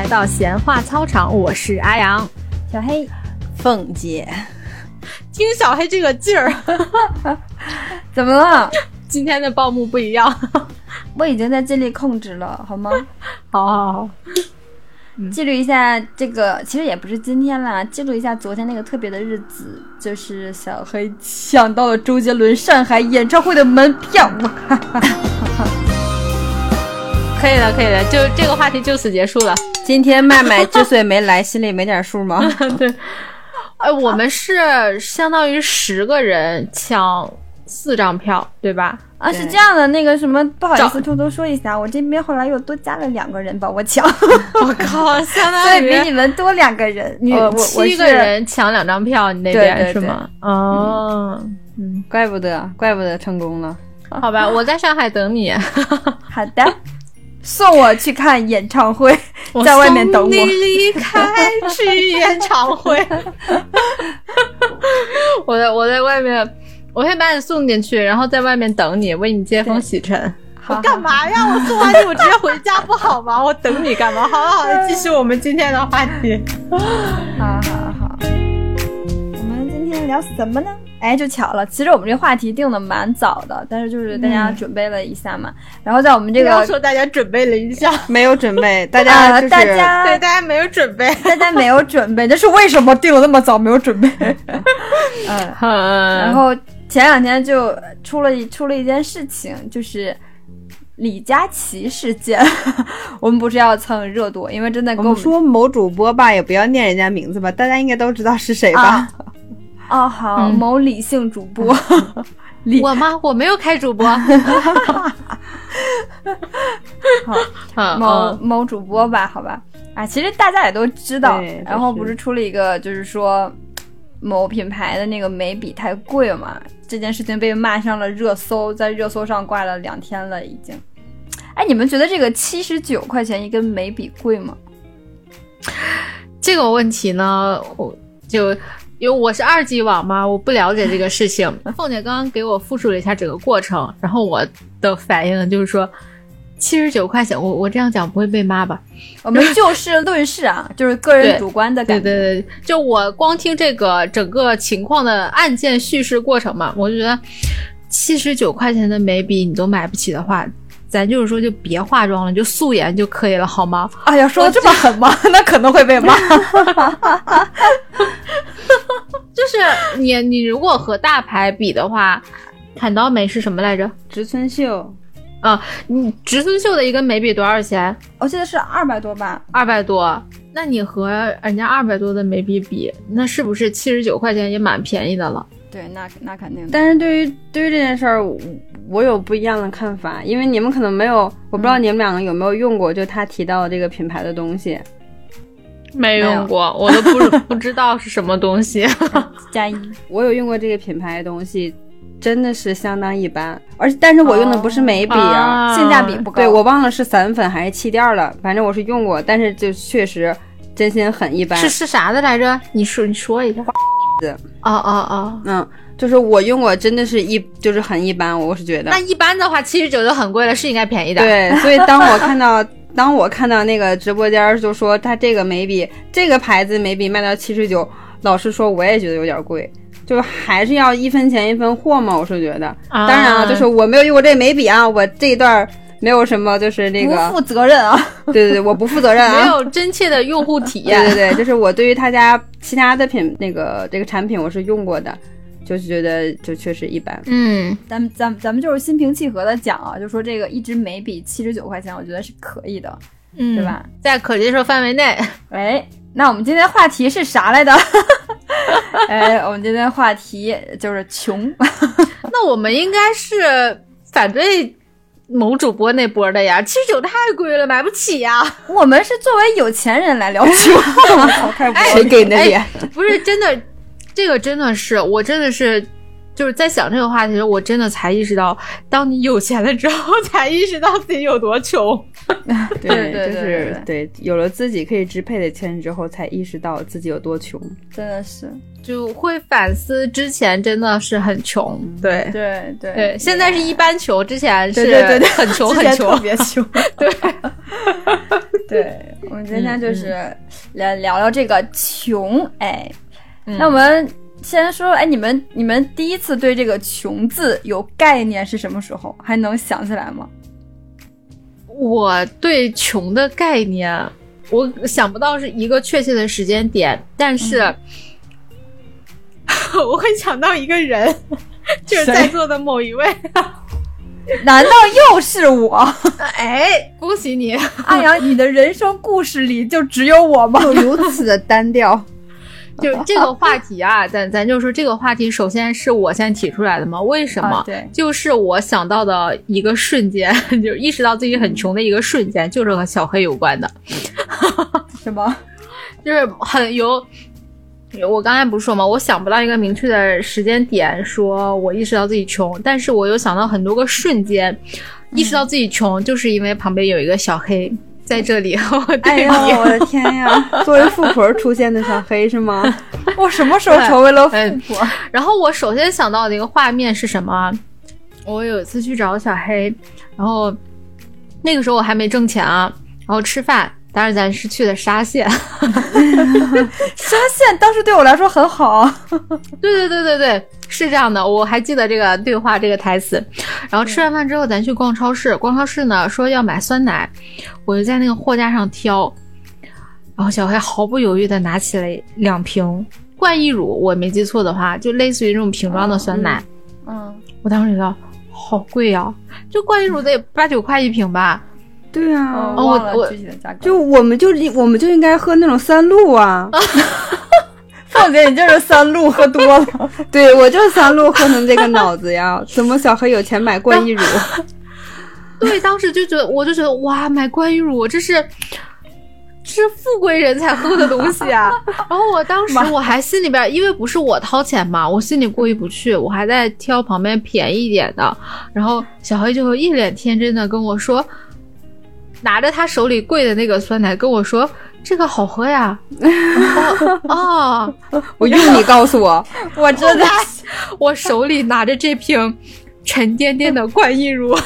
来到闲话操场，我是阿阳， 小黑， 凤姐。 听小黑这个劲儿， 怎么了？ 今天的报幕不一样。 我已经在尽力控制了，好吗？ 好， 记录一下这个，其实也不是今天啦，记录一下昨天那个特别的日子，就是小黑抢到了周杰伦上海演唱会的门票。 可以了，就这个话题就此结束了。 今天麦麦之所以没来，心里没点数吗？ 对，我们是相当于10个人抢4张票，对吧？ 啊，是这样的，那个什么，不好意思，偷偷说一下，我这边后来又多加了2个人帮我抢。 我靠，相当于所以比你们多2个人。 7个人抢2张票，你那边对是吗？哦， 怪不得成功了。 好吧，我在上海等你。 好的。送我去看演唱会，在外面等我。 送你离开去演唱会。我在外面，我会把你送进去，然后在外面等你，为你接风洗尘。我干嘛呀？我送完你，我直接回家不好吗？我等你干嘛？好，继续我们今天的话题。 好。我们今天聊什么呢？哎，就巧了，其实我们这话题定的蛮早的，但是就是大家准备了一下嘛。然后在我们这个， 不要说大家准备了一下， 没有准备，大家就是对大家没有准备， 大家没有准备，这是为什么定了那么早没有准备？然后前2天就出了一件事情，就是李佳琦事件。我们不是要蹭热度，因为真的跟我们说某主播吧，也不要念人家名字吧，大家应该都知道是谁吧？ 好，某李姓主播。 我吗？我没有开主播。 好，某主播吧，好吧。啊，其实大家也都知道。然后不是出了一个，就是说某品牌的那个眉笔太贵了嘛，这件事情被骂上了热搜，在热搜上挂了2天了已经。哎，你们觉得这个79块钱一根眉笔贵吗？ 这个问题呢，我就因为我是2级网嘛，我不了解这个事情。凤姐刚刚给我复述了一下整个过程，然后我的反应就是说79块钱，我这样讲不会被骂吧？ 我们就事论事啊，就是个人主观的感觉。 对，就我光听这个整个情况的案件叙事过程嘛，我就觉得79块钱的眉笔你都买不起的话，咱就是说就别化妆了，就素颜就可以了，好吗？ 哎呀，说的这么狠吗？那可能会被骂。 就是你如果和大牌比的话，砍刀眉是什么来着？ 植村秀。 你植村秀的一根眉笔多少钱？ 我记得是200多吧。 200多。那你和人家200多的眉笔比，那是不是79块钱也蛮便宜的了？ 对，那肯定的。 但是对于这件事儿，我有不一样的看法，因为你们可能没有，我不知道你们2个有没有用过，就他提到这个品牌的东西。 没用过，我都不知道是什么东西。 加1， 我有用过这个品牌的东西，真的是相当一般，但是我用的不是眉笔性价比不高。 对，我忘了是散粉还是气垫了，反正我是用过，但是就确实真心很一般。 是啥的来着？你说一下。 就是我用过，真的是就是很一般，我是觉得。 那一般的话，79就很贵了，是应该便宜的。 对，所以当我看到那个直播间就说他这个眉笔，这个牌子眉笔卖到79，老实说我也觉得有点贵，就还是要1分钱1分货嘛，我是觉得。当然啊，就是我没有用过这眉笔啊，我这一段没有什么就是那个不负责任啊。 对，我不负责任啊， 没有真切的用户体验。 对，就是我对于他家其他的这个产品我是用过的。就是觉得就确实一般。 咱们就是心平气和的讲啊，就说这个一支眉笔79块钱，我觉得是可以的，对吧？ 在可接受范围内。 哎，那我们今天话题是啥来的？我们今天话题就是穷。 那我们应该是反对某主播那波的呀，79太贵了，买不起呀。 我们是作为有钱人来聊穷。 谁给的脸？ 不是真的。这个真的是，我真的是，就是在想这个话题的时候，我真的才意识到，当你有钱了之后，才意识到自己有多穷。 对，有了自己可以支配的钱之后，才意识到自己有多穷。 真的是， 就会反思之前真的是很穷。对，现在是一般穷，之前是很穷很穷， 特别穷。 对。 对，我们今天就是来聊聊这个穷。那我们先说，你们第一次对这个穷字有概念是什么时候？还能想起来吗？ 我对穷的概念，我想不到是一个确切的时间点，但是、我会想到一个人，就是在座的某一位。 难道又是我？ 恭喜你， 阿阳，你的人生故事里就只有我吗？ 就如此的单调。 就这个话题啊，咱就说这个话题，首先是我先提出来的嘛？为什么？ 对， 就是我想到的一个瞬间，就意识到自己很穷的一个瞬间，就是和小黑有关的。 什么？ 就是很有。我刚才不是说吗？我想不到一个明确的时间点，说我意识到自己穷，但是我又想到很多个瞬间，意识到自己穷，就是因为旁边有一个小黑在这里。 我的天呀！作为富婆出现的小黑是吗？ 我什么时候成为了富婆？ 然后我首先想到的一个画面是什么？我有一次去找小黑，然后那个时候我还没挣钱啊，然后吃饭。当然咱是去的沙县。沙县当时对我来说很好。 对，是这样的，我还记得这个对话这个台词。然后吃完饭之后咱去逛超市，逛超市呢说要买酸奶，我就在那个货架上挑，然后小黑毫不犹豫的拿起了2瓶冠益乳，我没记错的话就类似于这种瓶装的酸奶。我当时觉得好贵啊，就冠益乳得8、9块一瓶吧。 对啊， 忘了具体的价格。 就我们就应该喝那种三鹿啊。 凤姐，你就是三鹿喝多了。 对，我就是三鹿喝成这个脑子呀。怎么小黑有钱买冠益乳？ 对，当时我就觉得哇，买冠益乳这是富贵人才喝的东西啊。然后我当时我还心里边，因为不是我掏钱嘛，我心里过意不去，我还在挑旁边便宜一点的。然后小黑就一脸天真的跟我说，拿着他手里贵的那个酸奶跟我说，这个好喝呀。 我用你告诉我。 我真的我手里拿着这瓶沉甸甸的冠益乳。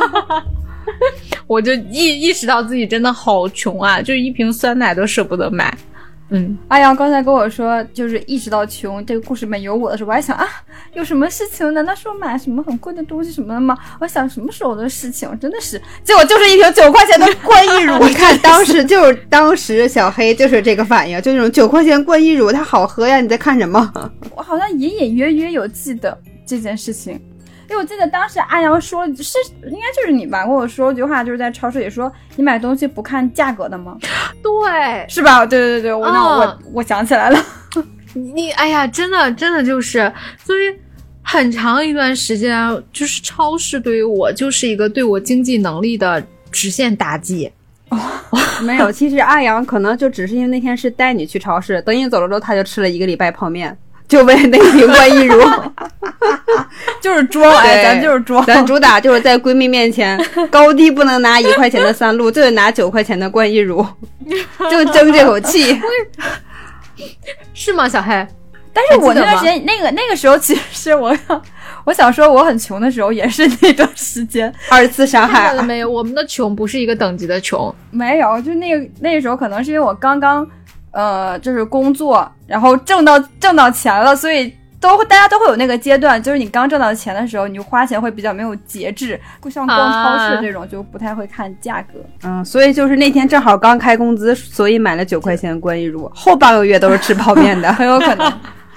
我就意识到自己真的好穷啊，就一瓶酸奶都舍不得买。 阿阳刚才跟我说就是意识到穷，这个故事里面有我的时候，我还想有什么事情？难道是我买什么很贵的东西什么的吗？我想什么时候的事情？真的是，结果就是一瓶9块钱的冠益乳。 你看当时小黑就是这个反应，就那种9块钱冠益乳它好喝呀，你在看什么？ 我好像隐隐约约有记得这件事情。因为我记得当时阿阳说，应该就是你吧，跟我说一句话，就是在超市里说，你买东西不看价格的吗？ 对， 是吧？对，我想起来了。 你哎呀，真的就是，所以很长一段时间啊，就是超市对于我就是一个对我经济能力的直线打击。 没有，其实阿阳可能就只是因为那天是带你去超市，等你走了之后，他就吃了1个礼拜泡面。就为那瓶冠益乳。 就是装，咱就是装， 咱主打就是在闺蜜面前高低不能拿1块钱的三鹿，就得拿9块钱的冠益乳，就争这口气。 是吗，小黑？ 但是我那段时间，那个时候，其实是我想说我很穷的时候，也是那段时间 2次伤害。 没有，我们的穷不是一个等级的穷， 没有，就那个时候可能是因为我刚刚就是工作，然后挣到钱了，所以大家都会有那个阶段，就是你刚挣到钱的时候，你就花钱会比较没有节制，像逛超市这种就不太会看价格。 所以就是那天正好刚开工资，所以买了9块钱冠益乳，后半个月都是吃泡面的， 很有可能。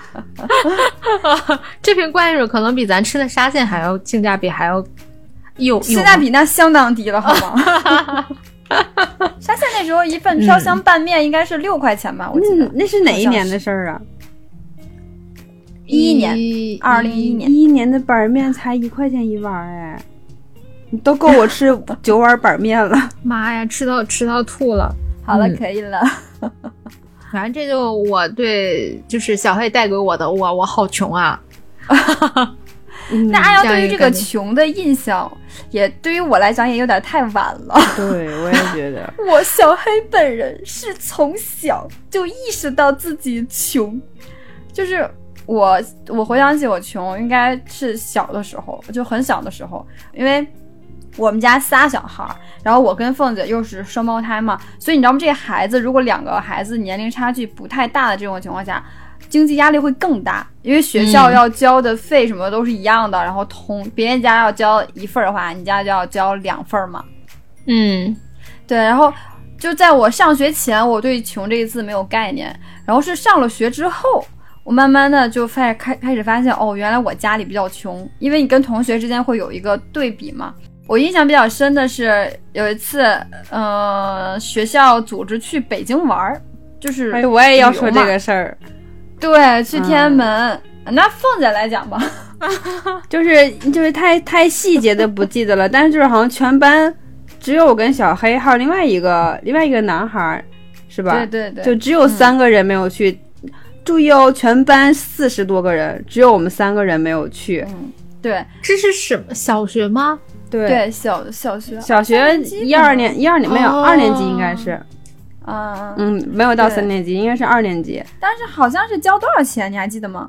这瓶冠益乳可能比咱吃的沙县还要性价比还要有性价比那相当低了，好吗？沙县那时候一份飘香拌面应该是6块钱吧，我记得。 那是哪一年的事儿啊 ？2011年 ，2011年的板面才1块钱一碗，哎，你都够我吃9碗板面了。 妈呀，吃到吐了。 好了，可以了。 反正这就我对就是小黑带给我的，我好穷啊。 那阿瑶对于这个穷的印象，也对于我来讲也有点太晚了。 对，我也觉得。 我小黑本人是从小就意识到自己穷，就是我回想起我穷，应该是小的时候，就很小的时候，因为我们家仨小孩，然后我跟凤姐又是双胞胎嘛，所以你知道吗？这个孩子如果2个孩子年龄差距不太大的这种情况下，经济压力会更大，因为学校要交的费什么都是一样的，然后别人家要交1份的话，你家就要交2份嘛。对，然后就在我上学前，我对穷这个字没有概念，然后是上了学之后，我慢慢的就开始发现，哦，原来我家里比较穷，因为你跟同学之间会有一个对比嘛。我印象比较深的是有一次，学校组织去北京玩，就是我也要说这个事儿。 对，去天安门。那凤姐来讲吧。 就是太细节的不记得了，但是就是好像全班只有我跟小黑还有另外一个男孩，是吧？ 对， 就只有3个人没有去。注意哦，全班40多个人，只有我们3个人没有去。 对， 这是什么小学吗？ 对，小学 12年没有2年级应该是。没有到3年级，应该是2年级。 但是好像是交多少钱，你还记得吗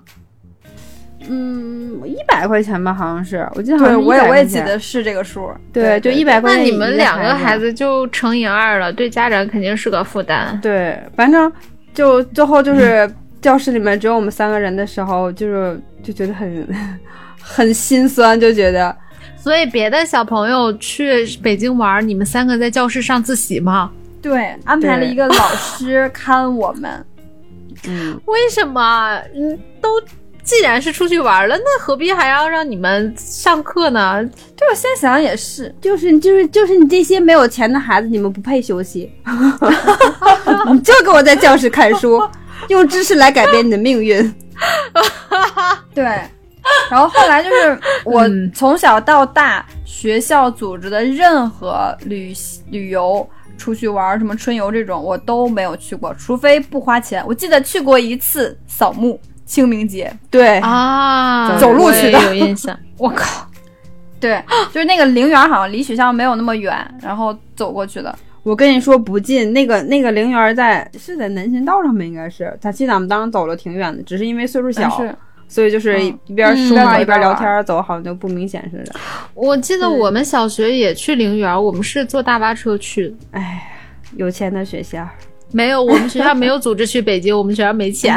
？100块钱吧，好像是，我记得好像是100块钱。 我也记得是这个数。 对，就100块钱。 那你们2个孩子就乘以2了，对家长肯定是个负担。 对，反正就最后就是教室里面只有我们3个人的时候，就觉得很心酸，就觉得。 所以别的小朋友去北京玩，你们3个在教室上自习吗？ 对，安排了一个老师看我们。 为什么？都既然是出去玩了，那何必还要让你们上课呢？ 对，我现在想想也是， 就是你这些没有钱的孩子，你们不配休息。你就给我在教室看书，用知识来改变你的命运。 对。然后后来就是我从小到大，学校组织的任何旅游出去玩，什么春游这种我都没有去过，除非不花钱。我记得去过一次扫墓，清明节。 对啊， 走路去的， 有印象。我靠， 对，就是那个陵园好像离学校没有那么远，然后走过去的。 我跟你说不近，那个陵园在南信道上面，应该是。他记得我们当时走了挺远的，只是因为岁数小。所以就是一边说话一边聊天走，好像就不明显似的。 我记得我们小学也去陵园，我们是坐大巴车去的。 哎，有钱的学校。 没有，我们学校没有组织去北京，我们学校没钱。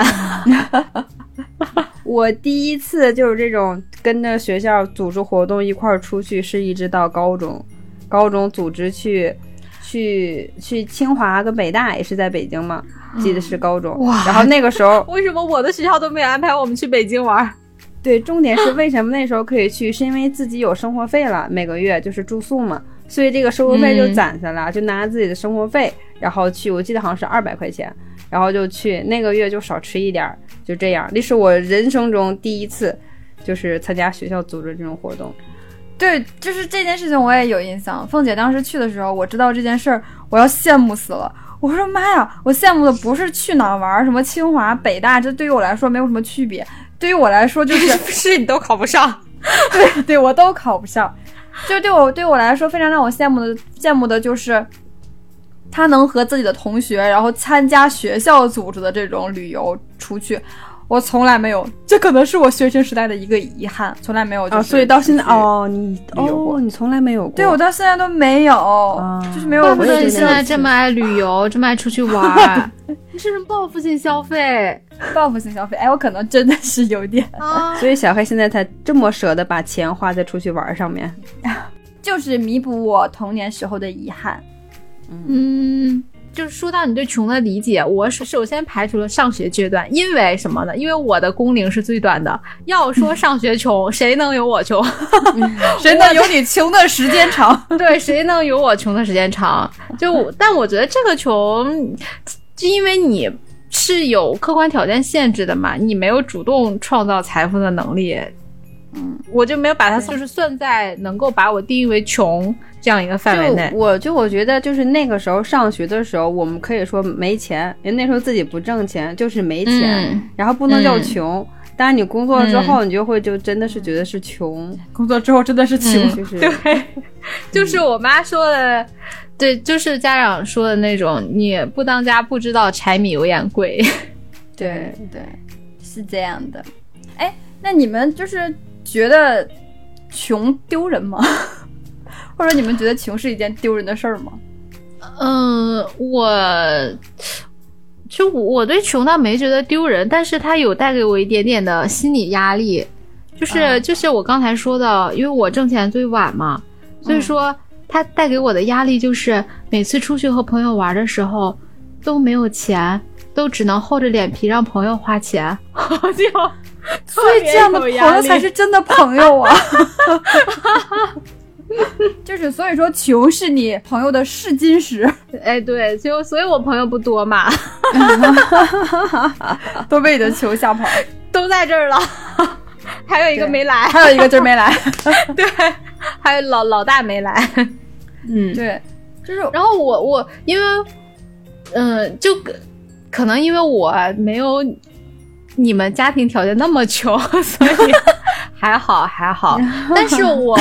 我第一次就是这种跟着学校组织活动一块儿出去，是一直到高中组织去清华跟北大，也是在北京嘛。记得是高中。然后那个时候为什么我的学校都没有安排我们去北京玩？ 对，重点是为什么那时候可以去，是因为自己有生活费了，每个月就是住宿嘛，所以这个生活费就攒下了，就拿自己的生活费然后去，我记得好像是200块钱，然后就去，那个月就少吃一点，就这样。这是我人生中第一次就是参加学校组织这种活动。 对，就是这件事情我也有印象。凤姐当时去的时候，我知道这件事儿，我要羡慕死了。我说妈呀，我羡慕的不是去哪儿玩，什么清华北大，这对于我来说没有什么区别，对于我来说就是是你都考不上。 对，我都考不上。就对我来说非常让我羡慕的就是他能和自己的同学然后参加学校组织的这种旅游出去，我从来没有，这可能是我学生时代的一个遗憾，从来没有就是所以到现在你从来没有过。 对，我到现在都没有，就是没有。 怪不得你现在这么爱旅游，这么爱出去玩。你是报复性消费。 报复性消费，哎，我可能真的是有点所以小黑现在才这么舍得把钱花在出去玩上面， 就是弥补我童年时候的遗憾。 就是说到你对穷的理解，我首先排除了上学阶段，因为什么呢？因为我的工龄是最短的。要说上学穷，谁能有我穷？ 谁能有你穷的时间长？ 对，谁能有我穷的时间长？但我觉得这个穷，就因为你是有客观条件限制的嘛，你没有主动创造财富的能力。我就没有把它就是算在能够把我定义为穷这样一个范围内。 我觉得就是那个时候上学的时候，我们可以说没钱，因为那时候自己不挣钱，就是没钱，然后不能叫穷。当然你工作之后，你就真的是觉得是穷。 工作之后真的是穷， 对，就是我妈说的，对，就是家长说的那种，你不当家不知道柴米油盐贵。 对，是这样的。哎，那你们就是觉得穷丢人吗？ 或者你们觉得穷是一件丢人的事儿吗？ 我对穷倒没觉得丢人，但是它有带给我一点点的心理压力，就是我刚才说的，因为我挣钱最晚嘛，所以说它带给我的压力就是每次出去和朋友玩的时候都没有钱，都只能厚着脸皮让朋友花钱， 所以这样的朋友才是真的朋友啊。就是所以说穷是你朋友的试金石。 哎，对，所以我朋友不多嘛。 都被你的穷吓跑， 都在这儿了。还有一个没来， 还有一个今儿没来。 对，还有老大没来。 对，就是然后我因为就可能因为我没有你们家庭条件那么穷，所以还好。但是我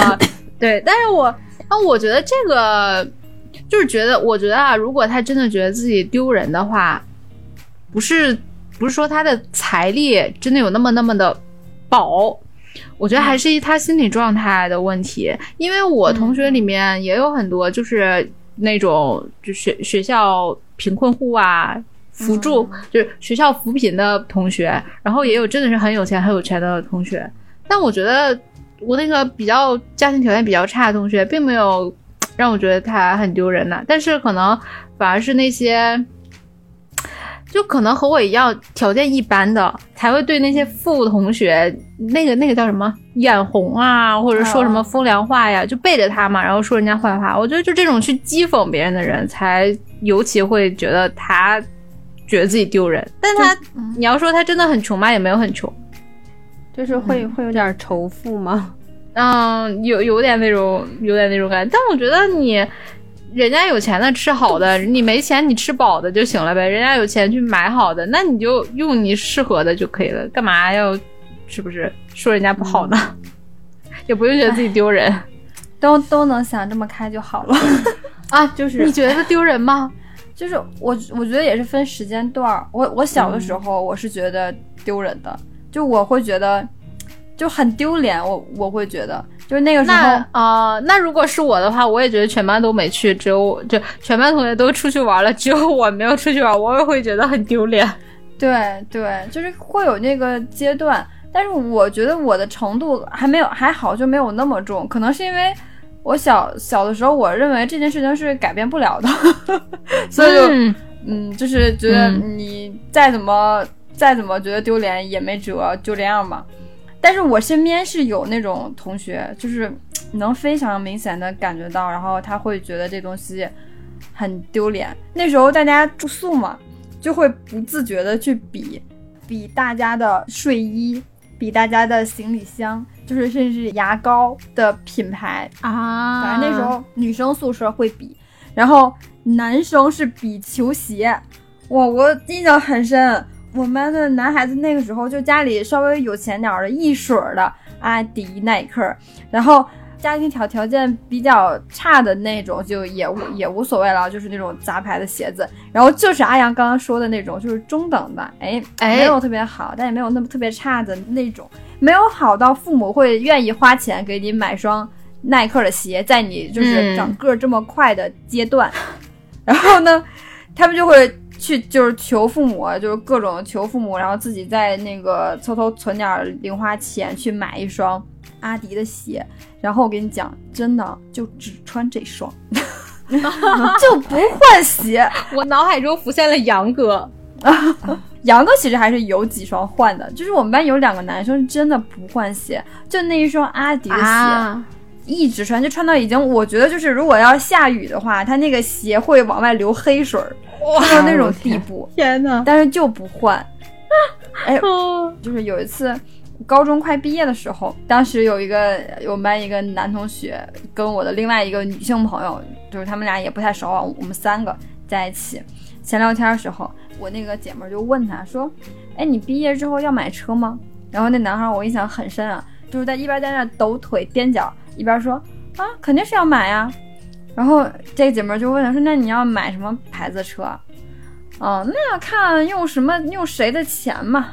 觉得这个就是我觉得啊，如果他真的觉得自己丢人的话，不是说他的财力真的有那么的薄，我觉得还是他心理状态的问题。因为我同学里面也有很多就是那种就学校贫困户啊，扶助就是学校扶贫的同学，然后也有真的是很有钱的同学。但我觉得我那个比较家庭条件比较差的同学并没有让我觉得他很丢人呐，但是可能反而是那些就可能和我一样条件一般的才会对那些富同学那个叫什么眼红啊，或者说什么风凉话呀，就背着他嘛，然后说人家坏话。我觉得就这种去讥讽别人的人才尤其会觉得他觉得自己丢人。但他你要说他真的很穷吗？也没有很穷， 就是会有点仇富吗？ 有点那种感觉。但我觉得人家有钱的吃好的，你没钱你吃饱的就行了呗。人家有钱去买好的，那你就用你适合的就可以了，干嘛要是不是说人家不好呢？也不用觉得自己丢人， 都能想这么开就好了。 啊，就是你觉得丢人吗？ 就是我觉得也是分时间段。我小的时候我是觉得丢人的，就我会觉得就很丢脸，我会觉得就是那个时候那如果是我的话，我也觉得全班都没去，只有我就全班同学都出去玩了，只有我没有出去玩，我也会觉得很丢脸。 对，就是会有那个阶段，但是我觉得我的程度还好，就没有那么重，可能是因为我小的时候我认为这件事情是改变不了的，所以就是觉得你再怎么觉得丢脸也没辙，就这样吧。但是我身边是有那种同学，就是能非常明显的感觉到，然后他会觉得这东西很丢脸。那时候大家住宿嘛，就会不自觉的去比大家的睡衣，比大家的行李箱，就是甚至牙膏的品牌啊。反正那时候女生宿舍会比，然后男生是比球鞋。哇，我印象很深。我们班的男孩子那个时候就家里稍微有钱点的一水的阿迪耐克，然后家庭条件比较差的那种就也无所谓了，就是那种杂牌的鞋子。然后就是阿阳刚刚说的那种，就是中等的，没有特别好，但也没有那么特别差的那种，没有好到父母会愿意花钱给你买双耐克的鞋，在你就是长个这么快的阶段。然后呢，他们就会去就是求父母，就是各种求父母，然后自己在那个偷偷存点零花钱去买一双阿迪的鞋。然后我跟你讲，真的就只穿这双就不换鞋。 我脑海中浮现了杨哥杨哥其实还是有几双换的，就是我们班有2个男生真的不换鞋，就那一双阿迪的鞋一直穿，就穿到已经我觉得就是如果要下雨的话，他那个鞋会往外流黑水，穿到那种地步。 天哪！ 但是就不换。就是有一次高中快毕业的时候，当时有我们班一个男同学跟我的另外一个女性朋友，就是他们俩也不太熟啊，我们3个在一起闲聊天的时候，我那个姐妹就问他说：“哎，你毕业之后要买车吗？”然后那男孩我印象很深啊，就是一边在那抖腿颠脚，一边说：“啊，肯定是要买呀。”然后这个姐妹就问他说：“那你要买什么牌子的车？”那看用谁的钱嘛。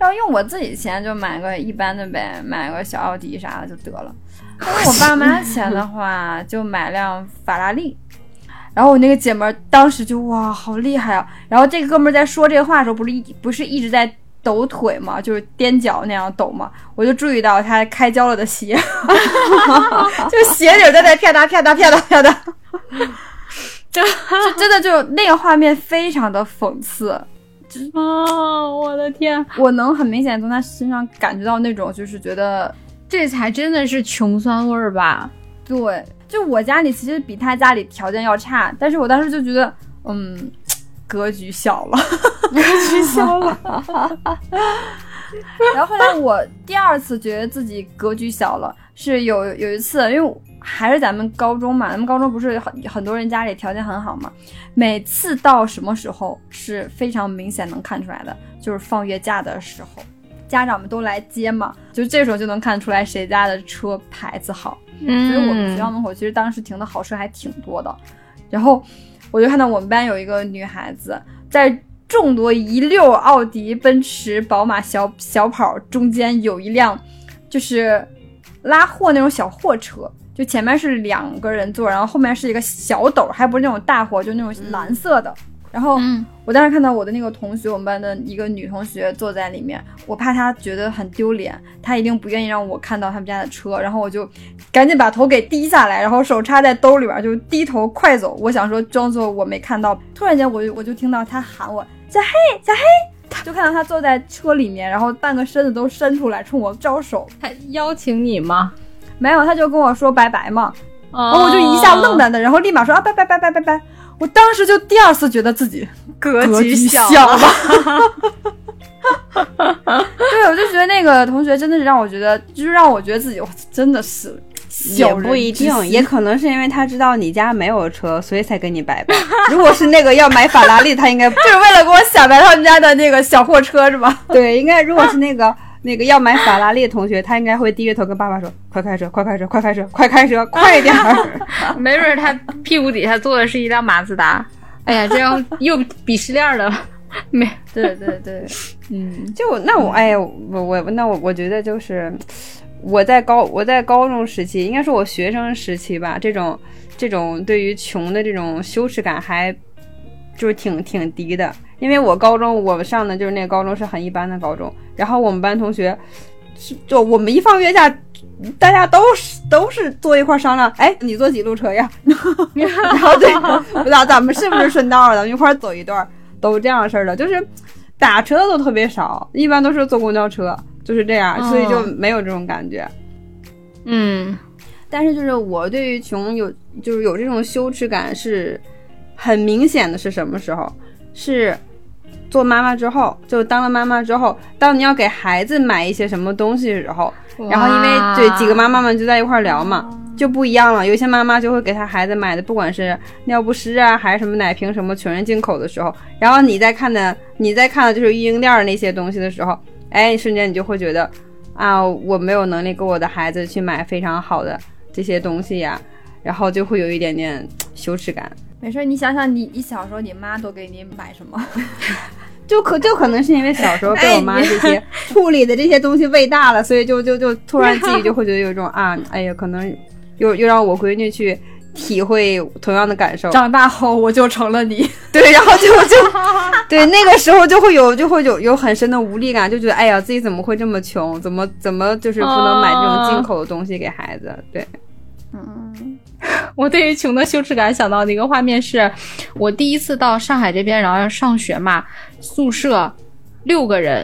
要用我自己钱就买个一般的呗，买个小奥迪啥的就得了。但是我爸妈钱的话，就买辆法拉利。然后我那个姐们当时就哇，好厉害啊！然后这个哥们在说这个话的时候，不是一直在抖腿嘛，就是踮脚那样抖嘛，我就注意到他开胶了的鞋，就鞋底在那啪嗒啪嗒啪嗒啪嗒，就真的就那个画面非常的讽刺。 我的天， 我能很明显从他身上感觉到那种就是觉得这才真的是穷酸味儿吧。 对，就我家里其实比他家里条件要差，但是我当时就觉得格局小了格局小了然后后来我第二次觉得自己格局小了，是有一次，因为还是咱们高中嘛，咱们高中不是很多人家里条件很好嘛，每次到什么时候是非常明显能看出来的，就是放月假的时候，家长们都来接嘛，就这时候就能看出来谁家的车牌子好。所以我们学校门口其实当时停的好车还挺多的。然后我就看到我们班有一个女孩子在众多一溜奥迪、奔驰、宝马小跑中间有一辆就是拉货那种小货车，就前面是2个人坐，然后后面是一个小斗，还不是那种大货，就那种蓝色的。然后我当时看到我的那个同学，我们班的一个女同学坐在里面，我怕她觉得很丢脸，她一定不愿意让我看到他们家的车，然后我就赶紧把头给低下来，然后手插在兜里边，就低头快走，我想说装作我没看到。突然间我就听到她喊我小黑小黑，就看到她坐在车里面，然后半个身子都伸出来冲我招手。 她邀请你吗？ 没有，她就跟我说拜拜嘛。然后我就一下愣在那，然后立马说啊拜拜拜拜拜拜。我当时就第二次觉得自己格局小了对，我就觉得那个同学真的是让我觉得，就是让我觉得自己真的是也不一定，也可能是因为他知道你家没有车，所以才跟你拜拜。如果是那个要买法拉利，他应该就是为了给我显摆他们家的那个小货车是吧？ 对，应该如果是那个要买法拉利的同学，他应该会低着头跟爸爸说：“快开车，快开车，快开车，快开车，快点儿！” 没准他屁股底下坐的是一辆马自达。哎呀，这样又鄙视链了。没， 对对对， 就那我觉得就是我在高中时期，应该说我学生时期吧，这种对于穷的这种羞耻感还就是挺低的。因为我上的就是那个高中是很一般的高中，然后我们班同学就我们一放月假，大家都是坐一块商量，哎，你坐几路车呀？然后对，不知道咱们是不是顺道的，咱们一块走一段，都这样式儿的，就是打车都特别少，一般都是坐公交车，就是这样，所以就没有这种感觉。但是就是我对于穷有这种羞耻感是很明显的，是什么时候？是做妈妈之后，就当了妈妈之后，当你要给孩子买一些什么东西的时候，然后因为对几个妈妈们就在一块聊嘛，就不一样了。有些妈妈就会给她孩子买的，不管是尿不湿啊，还是什么奶瓶什么全是进口的时候，然后你在看的就是育婴店那些东西的时候，哎，瞬间你就会觉得啊，我没有能力给我的孩子去买非常好的这些东西呀，然后就会有一点点羞耻感。 没事，你想想你小时候你妈都给你买什么？ 就可能是因为小时候被我妈这些处理的这些东西喂大了，所以就突然自己就会觉得有一种哎呀，可能又让我闺女去体会同样的感受。 长大后我就成了你， 对，然后就对，那个时候就会有很深的无力感，就觉得哎呀，自己怎么会这么穷，怎么就是不能买这种进口的东西给孩子。对， 我对于穷的羞耻感想到的一个画面是，我第一次到上海这边，然后要上学嘛，宿舍6个人，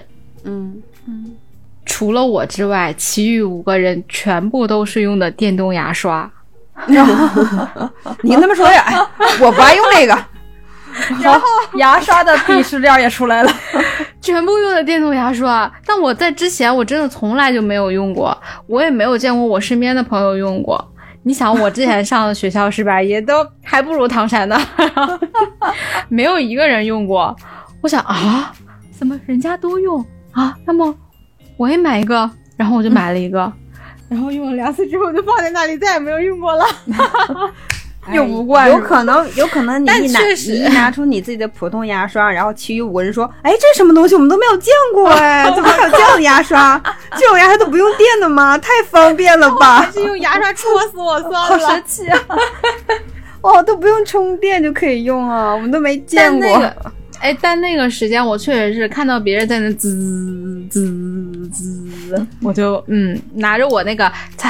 除了我之外，其余5个人全部都是用的电动牙刷。 你那么说呀，哎，我不爱用那个。 然后牙刷的鄙视链也出来了， 全部用的电动牙刷。但我在之前我真的从来就没有用过，我也没有见过我身边的朋友用过。你想我之前上的学校是吧，也都还不如唐山呢没有一个人用过。我想啊，怎么人家都用啊，那么我也买一个，然后我就买了一个然后用了2次之后就放在那里，再也没有用过了用不惯， 有可能你一拿出你自己的普通牙刷，然后其余5个人说，哎，这什么东西我们都没有见过哎，怎么还有这样的牙刷？这种牙刷都不用电的吗？太方便了吧！ 还是用牙刷戳死我算了， 好神奇啊！ 哦，都不用充电就可以用啊，我们都没见过。 但那个时间我确实是看到别人在那滋滋滋，我就拿着我那个擦，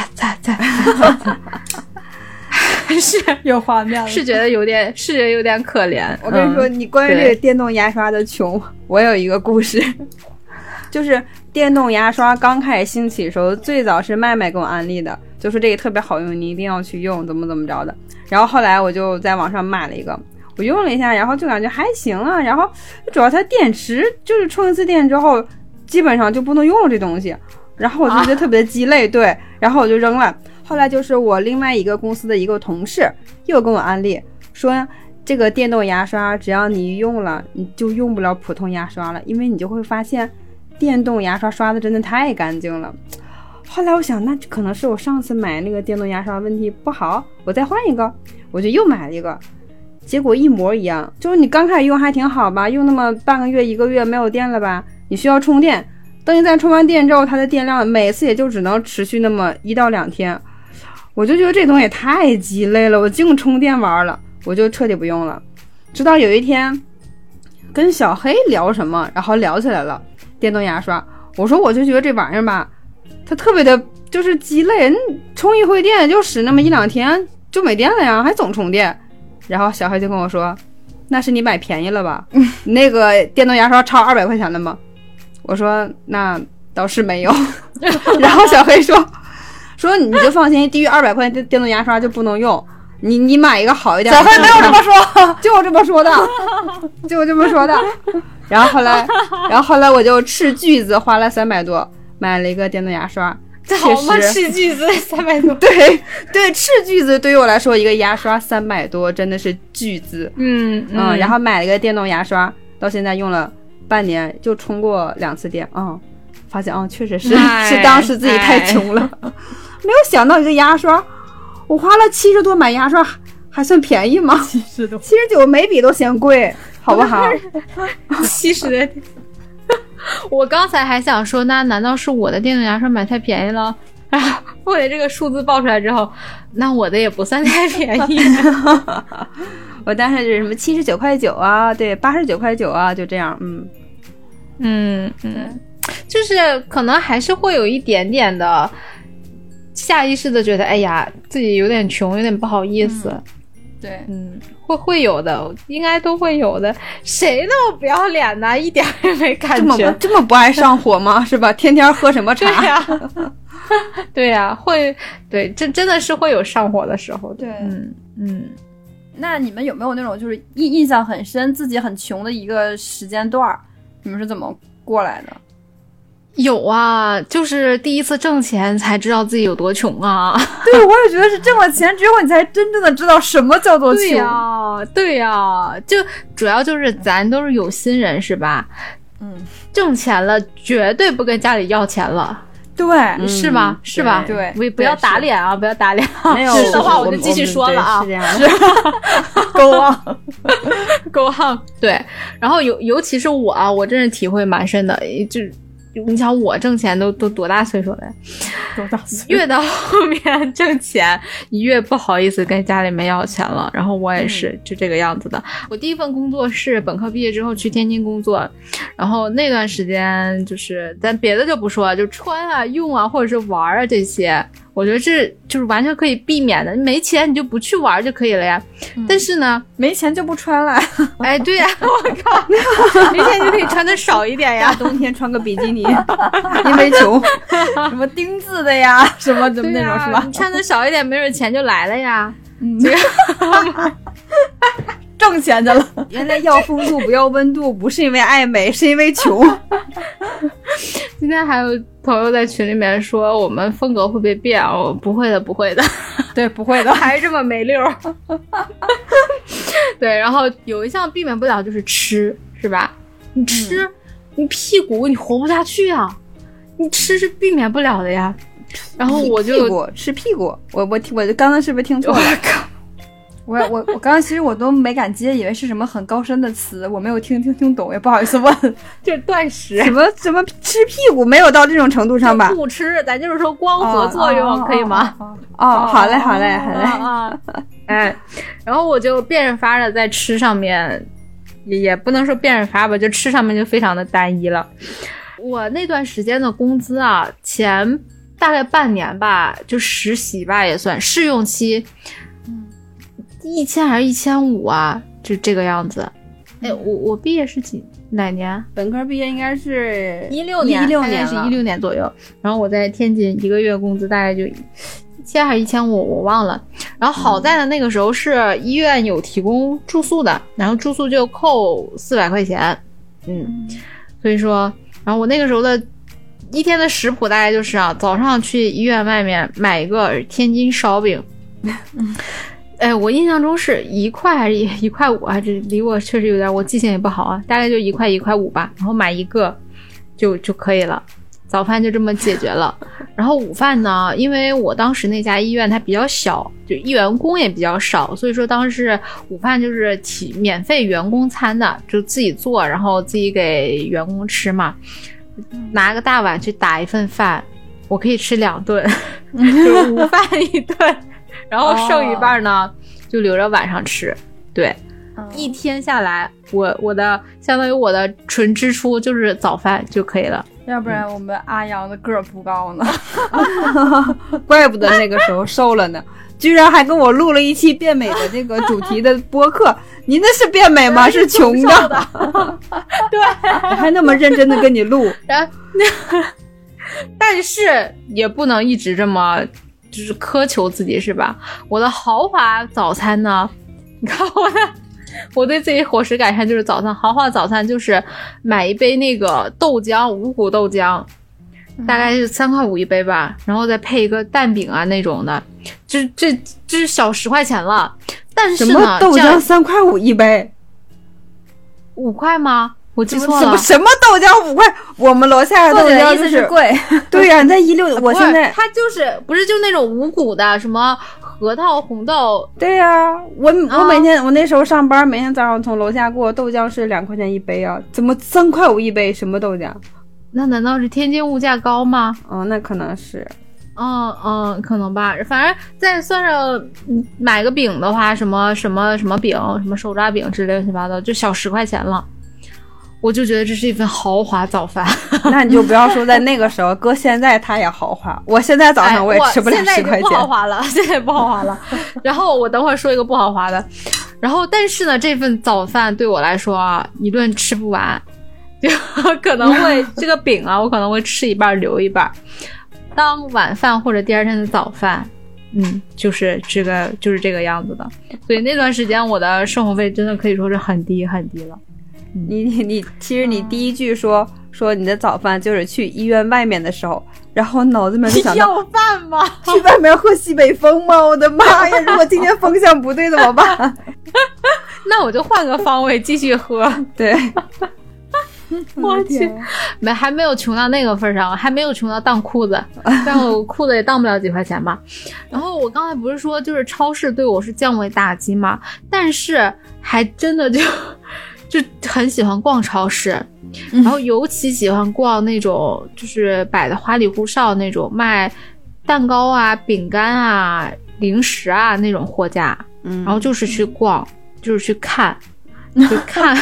是有画面了， 是觉得有点可怜。 我跟你说，你关于这个电动牙刷的穷，我有一个故事，就是电动牙刷刚开始兴起的时候，最早是麦麦给我安利的，就说这个特别好用，你一定要去用，怎么着的。然后后来我就在网上买了一个。我用了一下，然后就感觉还行啊，然后主要它电池就是充一次电之后基本上就不能用了这东西，然后我就觉得特别鸡肋，对，然后我就扔了。后来就是我另外一个公司的一个同事又跟我安利说，这个电动牙刷只要你一用了，你就用不了普通牙刷了，因为你就会发现电动牙刷刷的真的太干净了。后来我想，那可能是我上次买那个电动牙刷问题不好，我再换一个，我就又买了一个。结果一模一样，就是你刚开始用还挺好吧，用那么半个月1个月没有电了吧，你需要充电，等你再充完电之后，它的电量每次也就只能持续那么1到2天，我就觉得这东西也太鸡肋了，我净充电玩了，我就彻底不用了。直到有一天跟小黑聊什么，然后聊起来了电动牙刷，我说我就觉得这玩意儿吧，它特别的就是鸡肋，充一回电就使那么1、2天就没电了呀，还总充电。然后小黑就跟我说，那是你买便宜了吧？那个电动牙刷超200块钱了吗？我说那倒是没有。然后小黑说你就放心，低于200块钱电动牙刷就不能用，你买一个好一点。 小黑没有这么说， 就这么说的。然后后来我就斥巨资花了300多买了一个电动牙刷。 好吗？斥巨资300多， 对，斥巨资对于我来说，一个牙刷300多真的是巨资。然后买了一个电动牙刷，到现在用了半年，就充过2次电。发现确实是当时自己太穷了，没有想到一个牙刷，我花了70多买牙刷，还算便宜吗？70多，79没比都嫌贵，好不好 ？70多。我刚才还想说，那难道是我的电动牙刷买太便宜了？后来这个数字报出来之后，那我的也不算太便宜。 我当时是什么79.9块啊，对，89.9块啊，就这样。 就是可能还是会有一点点的下意识的觉得，哎呀，自己有点穷，有点不好意思。 对， 会有的，应该都会有的。谁那么不要脸呢？一点也没感觉。 这么不爱上火吗？是吧？天天喝什么茶？ 对呀，会，对，真的是会有上火的时候。 对，那你们有没有那种就是印象很深、自己很穷的一个时间段？你们是怎么过来的？ 有啊，就是第一次挣钱才知道自己有多穷啊。 对，我也觉得是挣了钱之后你才真正的知道什么叫做穷。 对呀，就主要就是咱都是有心人是吧？挣钱了绝对不跟家里要钱了。 对， 是吧？是吧？ 对， 不要打脸啊！不要打脸。 没有是的话，我就继续说了啊。 是这样的。 Go on。对，然后尤其是我真是体会蛮深的，就是你想我挣钱都多大岁数了？ 多大岁数？ 越到后面挣钱，你越不好意思跟家里面要钱了。然后我也是就这个样子的。我第一份工作是本科毕业之后去天津工作，然后那段时间就是咱别的就不说了，就穿啊、用啊或者是玩啊这些，我觉得这就是完全可以避免的。你没钱你就不去玩就可以了呀。但是呢， 没钱就不穿了。 哎，对呀，我靠，没钱就可以穿的少一点呀。 冬天穿个比基尼，因为穷。 什么丁字的呀，什么怎么那种是吧？ 你穿的少一点，没准钱就来了呀。 挣钱去了。 原来要风度不要温度，不是因为爱美，是因为穷。 今天还有朋友在群里面说我们风格会不会变？我不会的，不会的。 对，不会的， 还是这么没溜。对，然后有一项避免不了就是吃，是吧？你吃，你屁股你活不下去啊，你吃是避免不了的呀。然后我就吃屁股，我刚才是不是听错了？ 我刚刚其实我都没敢接，以为是什么很高深的词，我没有听懂，也不好意思问。 就是断食， 什么吃屁股没有到这种程度上吧？ 不吃，咱就是说光合作用，可以吗？ 好嘞。 然后我就变着法的在吃上面，也不能说变着法吧，就吃上面就非常的单一了。我那段时间的工资啊，前大概半年吧，就实习吧也算试用期，1000还是1500啊，就这个样子。哎，我毕业是哪年？ 本科毕业应该是 16年，大概是16年左右。然后我在天津一个月工资大概就1000还是1500，我忘了。然后好在的那个时候是医院有提供住宿的，然后住宿就扣400块钱，所以说，然后我那个时候的一天的食谱大概就是早上去医院外面买一个天津烧饼。我印象中是1块还是1块5啊？这离我确实有点，我记性也不好啊，大概就1块1块5吧，然后买一个就可以了，早饭就这么解决了。然后午饭呢，因为我当时那家医院它比较小，就员工也比较少，所以说当时午饭就是免费员工餐的，就自己做，然后自己给员工吃嘛。拿个大碗去打一份饭，我可以吃2顿，就午饭1顿。然后剩一半呢，就留着晚上吃。对，一天下来，我的相当于我的纯支出就是早饭就可以了。 要不然我们阿阳的个儿不高呢， 怪不得那个时候瘦了呢，居然还跟我录了一期变美的这个主题的播客。你那是变美吗？是穷的。 对， 还那么认真的跟你录。 但是也不能一直这么就是苛求自己，是吧？我的豪华早餐呢，你看我对自己伙食改善就是早餐豪华早餐就是买一杯那个豆浆，五谷豆浆，大概是3块5一杯吧，然后再配一个蛋饼啊那种的，这是小10块钱了。但是呢， 什么豆浆3块5一杯 ？5块吗？我记错了。 什么豆浆5块？我们楼下的豆浆就是贵。 对呀，你在16，我现在它就是不是就那种五谷的，什么核桃、红豆。 对呀，我每天我那时候上班，每天早上从楼下过，豆浆是2块钱一杯啊，怎么3块5一杯？什么豆浆？ 那难道是天津物价高吗？ 那可能是。 可能吧。反正再算上买个饼的话，什么饼，什么手抓饼之类乱七八糟，就小10块钱了。我就觉得这是一份豪华早饭。 那你就不要说在那个时候，搁现在它也豪华。我现在早上我也吃不了10块钱。 现在不豪华了，现在不豪华了。然后我等会儿说一个不豪华的。然后但是呢，这份早饭对我来说一顿吃不完，就可能会这个饼我可能会吃一半留一半，当晚饭或者第二天的早饭。就是这个样子的。所以那段时间我的生活费真的可以说是很低很低了。 你其实你第一句说你的早饭就是去医院外面的时候，然后脑子里面就想到要饭吗？ 去外面喝西北风吗？我的妈呀！如果今天风向不对怎么办？ 那我就换个方位继续喝。 对， 我去，还没有穷到那个份上，还没有穷到当裤子，但我裤子也当不了几块钱吧。然后我刚才不是说就是超市对我是降维打击吗？但是还真的就很喜欢逛超市，然后尤其喜欢逛那种就是摆的花里胡哨那种卖蛋糕饼干零食那种货架，然后就是去逛，就是去看，就看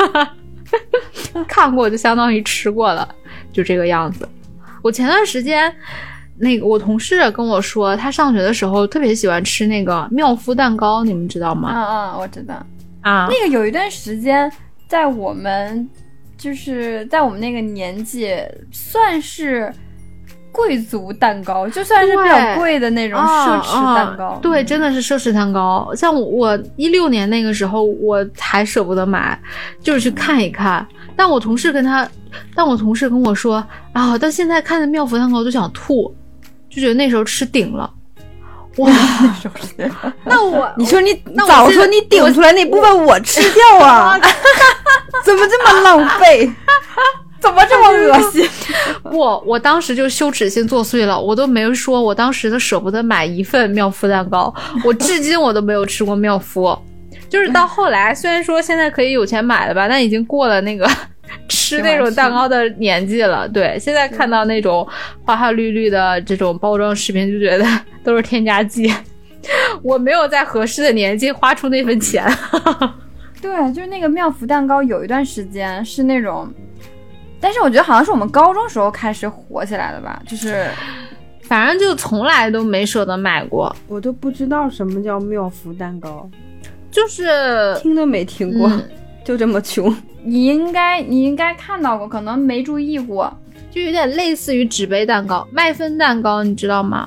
看过就相当于吃过了，就这个样子。我前段时间我同事跟我说，他上学的时候特别喜欢吃那个妙夫蛋糕，你们知道吗？ 我知道。那个有一段时间在我们那个年纪算是贵族蛋糕，就算是比较贵的那种奢侈蛋糕。 对，真的是奢侈蛋糕。像我16年那个时候我还舍不得买，就是去看一看。但我同事跟我说到现在看的妙福蛋糕都想吐，就觉得那时候吃顶了。哇，那你说你早说你顶出来那部分我吃掉怎么这么浪费？ 怎么这么恶心？ 我当时就羞耻心作祟了，我都没说，我当时都舍不得买一份妙芙蛋糕，我至今我都没有吃过妙芙。就是到后来，虽然说现在可以有钱买了吧，但已经过了那个吃那种蛋糕的年纪了。对，现在看到那种花花绿绿的这种包装食品，就觉得都是添加剂。我没有在合适的年纪花出那份钱。 对，就是那个妙芙蛋糕有一段时间是那种，但是我觉得好像是我们高中时候开始火起来的吧，就是反正就从来都没舍得买过。 我都不知道什么叫妙芙蛋糕， 就是听都没听过，就这么穷。 你应该看到过，可能没注意过， 就有点类似于纸杯蛋糕、麦芬蛋糕，你知道吗？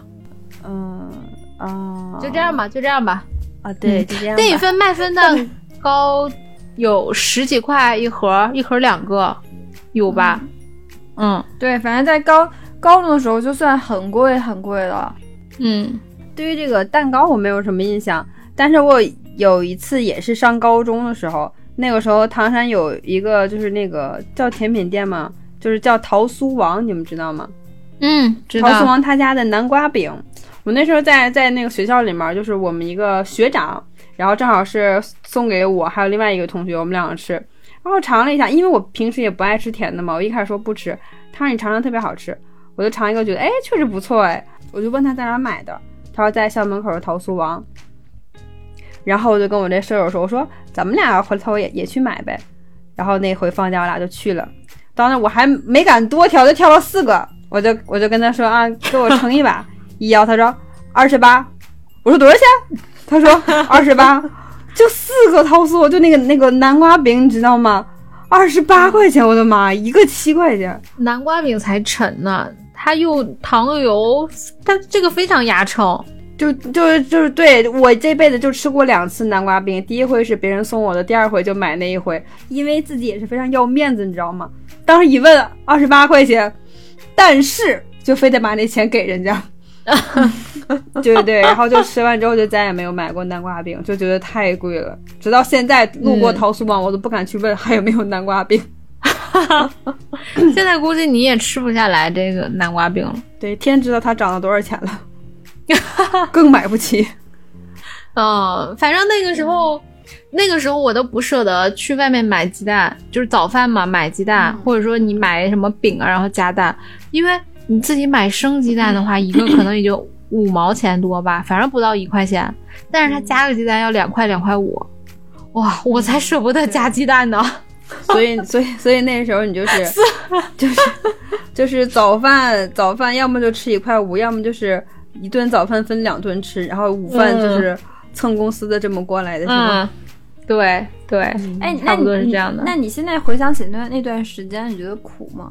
就这样吧，就这样吧。 啊，对，就这样吧。 那一份麦芬蛋糕有10几块一盒，一盒2个，有吧？ 对，反正在高中的时候就算很贵很贵了。 对于这个蛋糕我没有什么印象，但是我有一次也是上高中的时候，那个时候唐山有一个就是那个叫甜品店嘛，就是叫桃酥王，你们知道吗？ 知道。 桃酥王他家的南瓜饼，我那时候在那个学校里面，就是我们一个学长，然后正好是送给我还有另外一个同学，我们两个吃，然后尝了一下，因为我平时也不爱吃甜的嘛，我一开始说不吃，他说你尝尝特别好吃，我就尝一个觉得确实不错我就问他在哪买的，他说在校门口的桃酥王，然后我就跟我这舍友说，我说咱们俩回头也去买呗，然后那回放假我俩就去了，当时我还没敢多挑，就挑了4个，我就跟他说啊，给我盛一把，一摇他说28，我说多少钱？他说28，就4个桃酥，就那个南瓜饼，你知道吗？28块钱，我的妈，一个7块钱。 南瓜饼才沉呢，它又糖又油，它这个非常压秤。 就是对，我这辈子就吃过2次南瓜饼，第一回是别人送我的，第二回就买那一回，因为自己也是非常要面子，你知道吗？当时一问28块钱，但是就非得把那钱给人家。对，然后就吃完之后就再也没有买过南瓜饼，就觉得太贵了，直到现在路过桃酥网我都不敢去问还有没有南瓜饼。 现在估计你也吃不下来这个南瓜饼了。 对，天知道它涨了多少钱了。更买不起。 反正那个时候我都不舍得去外面买鸡蛋，就是早饭嘛，买鸡蛋，或者说你买什么饼啊然后加蛋，因为你自己买生鸡蛋的话，一个可能也就5毛钱多吧，反正不到1块钱，但是它加个鸡蛋要2块2块5，哇，我才舍不得加鸡蛋呢。 所以那时候你就是早饭要么就吃1块5，要么就是一顿早饭分2顿吃，然后午饭就是蹭公司的这么过来的，是吗？ 对，差不多是这样的。 那你现在回想起那段时间，你觉得苦吗？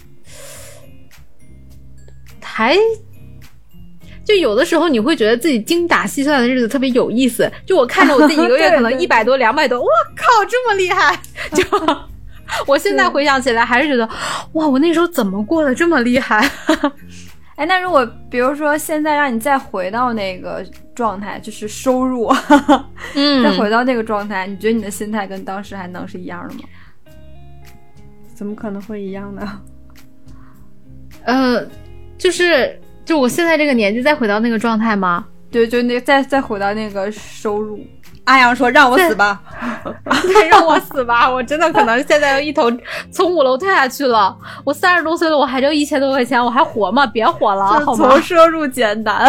就有的时候你会觉得自己精打细算的日子特别有意思，就我看着我自己一个月可能100多200多，我靠，这么厉害！就我现在回想起来还是觉得，哇，我那时候怎么过得这么厉害？ 那如果比如说现在让你再回到那个状态，就是收入，再回到那个状态，你觉得你的心态跟当时还能是一样的吗？ 怎么可能会一样呢？ 就我现在这个年纪再回到那个状态吗？ 对，就那再回到那个收入。 阿阳说让我死吧。 对，让我死吧，我真的可能现在一头从5楼跳下去了。我30多岁了，我还挣1000多块钱，我还活吗？别活了，好吗？ 从摄入简单。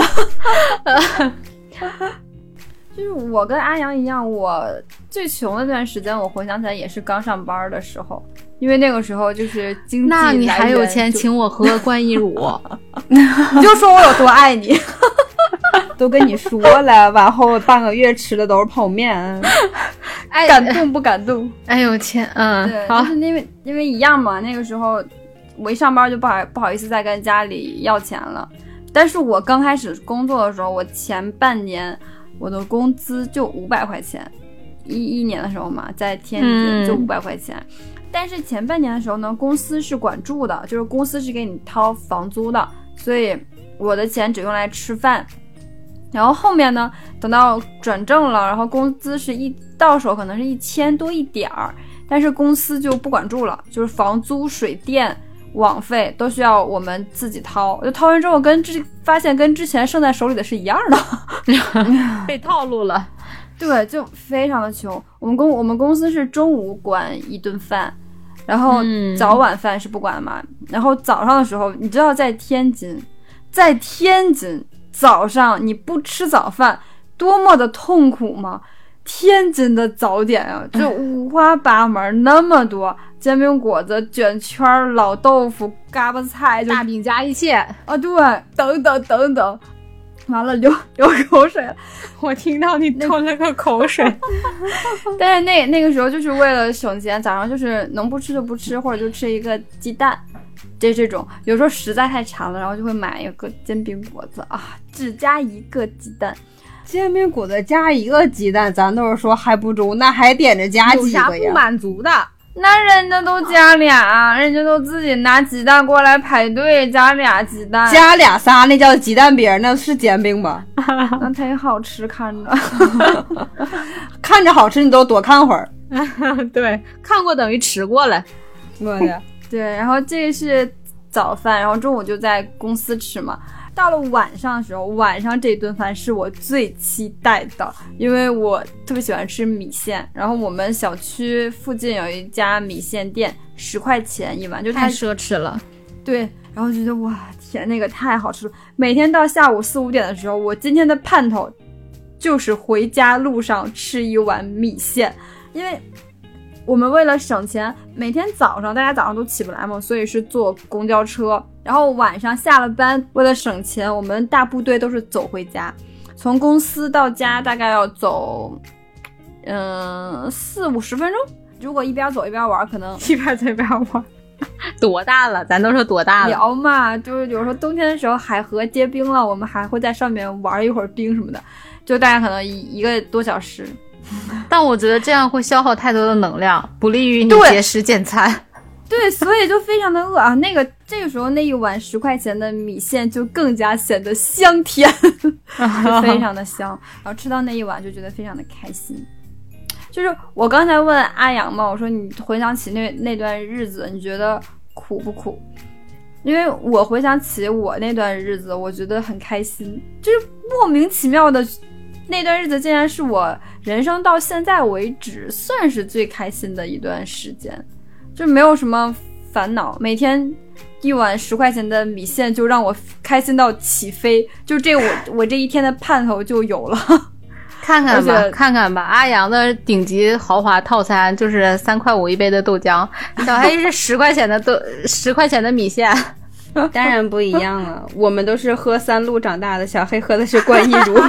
就是我跟阿阳一样，我最穷的那段时间，我回想起来也是刚上班的时候，因为那个时候就是经济那你还有钱请我喝冠益乳？ 你就说我有多爱你。 都跟你说了，往后半个月吃的都是泡面。 感动不感动？ 哎呦天， 对， 好， 就是因为一样嘛，那个时候我一上班就不好意思再跟家里要钱了。但是我刚开始工作的时候，我前半年我的工资就500块钱，11年的时候嘛，在天津就500块钱。但是前半年的时候呢，公司是管住的，就是公司是给你掏房租的，所以我的钱只用来吃饭。然后后面呢，等到转正了，然后工资是一到手可能是1000多一点儿， 但是公司就不管住了，就是房租、水电、网费都需要我们自己掏。就掏完之后发现跟之前剩在手里的是一样的， 被套路了。 对，就非常的穷。我们公司是中午管一顿饭，然后早晚饭是不管的嘛。然后早上的时候，你知道在天津早上你不吃早饭多么的痛苦吗？天津的早点啊，就五花八门，那么多煎饼果子、卷圈、老豆腐、嘎巴菜， 大饼加一切啊，对，等等，完了流口水了， 我听到你吞了个口水。 但是那个时候就是为了省钱，早上就是能不吃就不吃，或者就吃一个鸡蛋，这种有时候实在太馋了，然后就会买一个煎饼果子啊，只加一个鸡蛋。 煎饼果子加一个鸡蛋，咱都是说还不足，那还点着加几个呀？ 有啥不满足的？ 那人家都加俩，人家都自己拿鸡蛋过来排队加俩鸡蛋， 加俩仨那叫鸡蛋饼，那是煎饼吧？ 那忒好吃，看着看着好吃，你都多看会儿。 对，看过等于吃过了。 我的对，然后这是早饭，然后中午就在公司吃嘛。到了晚上的时候，晚上这顿饭是我最期待的，因为我特别喜欢吃米线。然后我们小区附近有一家米线店，10块钱一碗，就太奢侈了。 对，然后觉得哇天，那个太好吃了。每天到下午4、5点的时候，我今天的盼头就是回家路上吃一碗米线，因为我们为了省钱，每天早上大家早上都起不来嘛，所以是坐公交车。然后晚上下了班，为了省钱，我们大部队都是走回家，从公司到家大概要走40、50分钟。如果一边走一边玩，可能一边走一边玩。多大了？咱都说多大了？ 聊嘛，就是有时候冬天的时候海河结冰了，我们还会在上面玩一会儿冰什么的，就大概可能1个多小时。 但我觉得这样会消耗太多的能量，不利于你节食减餐。 对，所以就非常的饿啊。这个时候那一碗10块钱的米线就更加显得香甜，就非常的香。然后吃到那一碗就觉得非常的开心。就是我刚才问阿阳嘛，我说你回想起那段日子，你觉得苦不苦？因为我回想起我那段日子，我觉得很开心，就是莫名其妙的。那段日子竟然是我人生到现在为止算是最开心的一段时间，就没有什么烦恼，每天一碗10块钱的米线就让我开心到起飞，就我这一天的盼头就有了。 看看吧，阿阳的顶级豪华套餐就是3块5一杯的豆浆，小黑是10块钱的10块钱的米线。 当然不一样了，我们都是喝3鹿长大的，小黑喝的是冠一乳。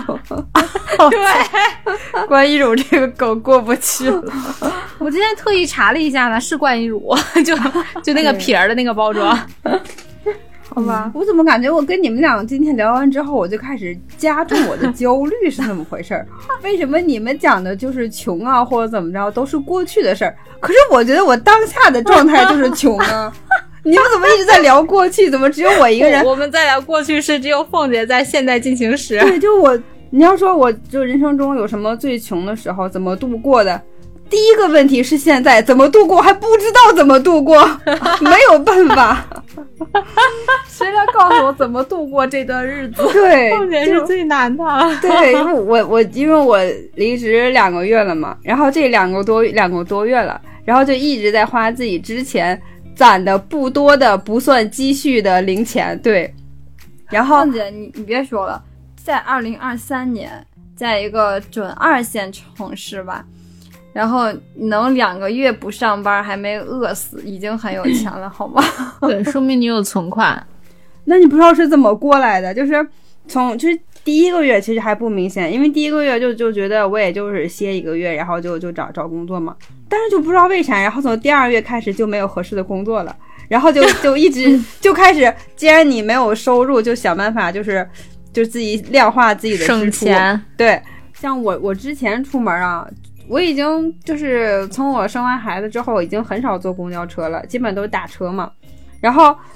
对，冠一乳这个狗过不去了。 我今天特意查了一下呢，是冠一乳，就那个皮儿的那个包装。 好吧， 我怎么感觉我跟你们俩今天聊完之后，我就开始加重我的焦虑，是怎么回事？为什么你们讲的就是穷啊，或者怎么着，都是过去的事儿？可是我觉得我当下的状态就是穷啊。你们怎么一直在聊过去？怎么只有我一个人？ 我们在聊过去是只有凤姐在现在进行时。 对，就我，你要说我就人生中有什么最穷的时候，怎么度过的？第一个问题是现在怎么度过，还不知道怎么度过，没有办法。 谁来告诉我怎么度过这段日子？ 对， 凤姐是最难的。 对，因为我离职2个月了嘛，然后这两个多月了，然后就一直在花自己之前攒的不多的不算积蓄的零钱。对，然后凤姐你别说了，在2023年，在一个准2线城市吧，然后能2个月不上班还没饿死，已经很有钱了，好吗？ 对，说明你有存款。 那你不知道是怎么过来的？就是第1个月其实还不明顯，因为第1个月就觉得我也就是歇1个月，然后就找工作嘛。但是就不知道为啥，然后从第2月开始就没有合适的工作了，然后就一直就开始，既然你没有收入，就想办法就自己量化自己的支出。 省钱。 对，像我之前出门啊，我已经就是从我生完孩子之后，已经很少坐公交车了，基本都是打车嘛。然后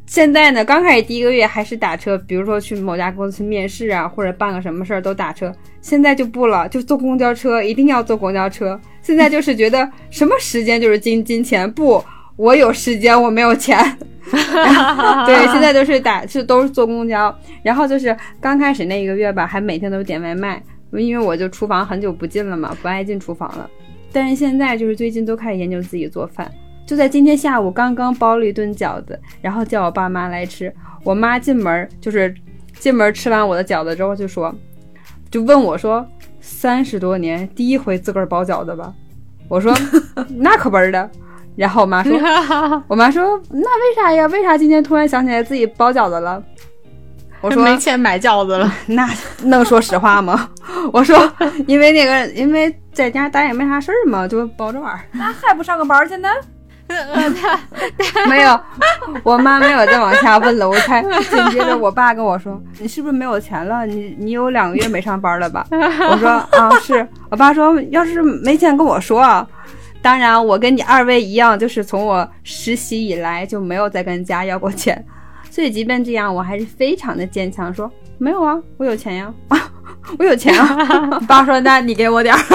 现在呢，刚开始第1个月还是打车，比如说去某家公司面试啊，或者办个什么事儿都打车。现在就不了，就坐公交车，一定要坐公交车。现在就是觉得什么时间就是金钱，不，我有时间，我没有钱。对，现在都是坐公交。然后就是刚开始那1个月吧，还每天都点外卖，因为我就厨房很久不进了嘛，不爱进厨房了。但是现在就是最近都开始研究自己做饭。就在今天下午刚刚包了一顿饺子，然后叫我爸妈来吃。我妈进门吃完我的饺子之后就问我说30多年第一回自个儿包饺子吧。我说那可不是的。然后我妈说那为啥呀？为啥今天突然想起来自己包饺子了？我说没钱买饺子了。 那能说实话吗？我说因为在家待也没啥事儿嘛，就包着玩。 那还不上个班去呢？ 没有，我妈没有再往下问了。紧接着我爸跟我说：“你是不是没有钱了？你有2个月没上班了吧？”我说：“啊，是。”我爸说：“要是没钱跟我说啊。”当然，我跟你2位一样，就是从我实习以来就没有再跟家要过钱，所以即便这样，我还是非常的坚强，说：“没有啊，我有钱呀。”我有钱啊。爸说那你给我点儿。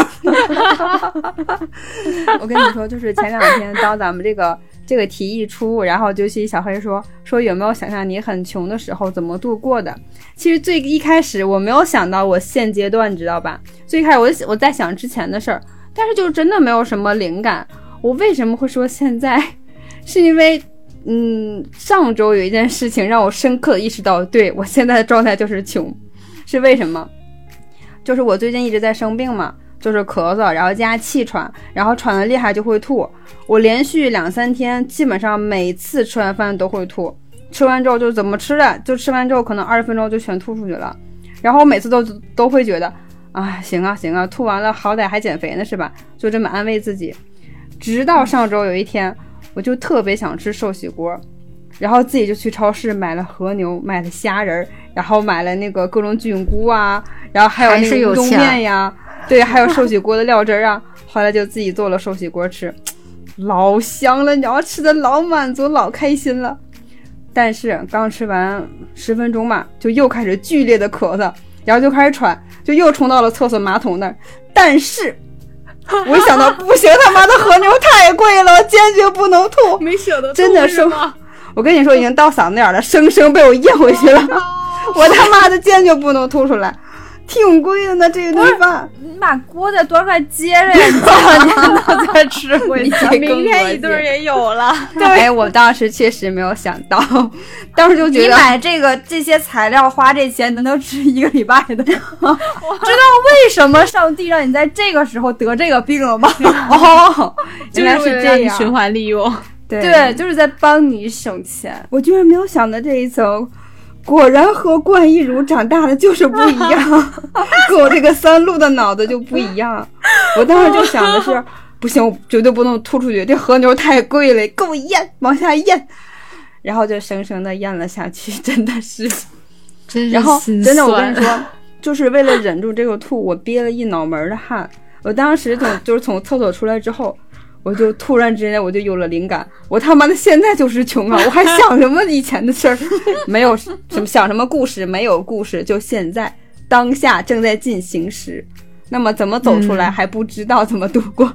我跟你说，就是前2天当咱们这个题一出，然后就去小黑说有没有想象你很穷的时候怎么度过的。其实最一开始我没有想到我现阶段，你知道吧，最开始我在想之前的事儿，但是就真的没有什么灵感。我为什么会说现在，是因为上周有一件事情让我深刻的意识到，对，我现在的状态就是穷。是为什么？就是我最近一直在生病嘛，就是咳嗽，然后加气喘，然后喘得厉害就会吐。我连续2-3天基本上每次吃完饭都会吐，吃完之后就怎么吃的，就吃完之后可能20分钟就全吐出去了。然后我每次都会觉得行啊，吐完了好歹还减肥呢是吧，就这么安慰自己。直到上周有一天，我就特别想吃寿喜锅，然后自己就去超市买了和牛，买了虾仁，然后买了那个各种菌菇啊，然后还有那个乌冬面呀，对，还有寿喜锅的料汁啊。后来就自己做了寿喜锅吃，老香了，你知道，吃的老满足老开心了。但是刚吃完10分钟嘛，就又开始剧烈的咳嗽，然后就开始喘，就又冲到了厕所马桶那儿。但是我一想到不行，他妈的和牛太贵了，坚决不能吐， 没舍得吐， 真的是吗？我跟你说已经到嗓子眼了，生生被我咽回去了。我他妈的坚决不能吐出来，挺贵的呢这一顿饭。 你把锅再端出来接着呀，你这2天都再吃回去， 明天一顿也有了。 对，我当时确实没有想到，当时就觉得你买这些材料花这钱能吃1个礼拜的。知道为什么上帝让你在这个时候得这个病了吗？ 原来是这样， 循环利用。 对，就是在帮你省钱。 我居然没有想到这一层，果然和冠一茹长大的就是不一样，跟我这个3路的脑子就不一样。我当时就想的是，不行，我绝对不能吐出去，这和牛太贵了，给我咽，往下咽，然后就生生的咽了下去，真的是，然后真的我跟你说，就是为了忍住这个吐，我憋了一脑门的汗。我当时就是从厕所出来之后，我就突然之间我就有了灵感，我他妈的现在就是穷啊！我还想什么以前的事儿？没有什么想什么故事，没有故事，就现在当下正在进行时。那么怎么走出来还不知道怎么度过。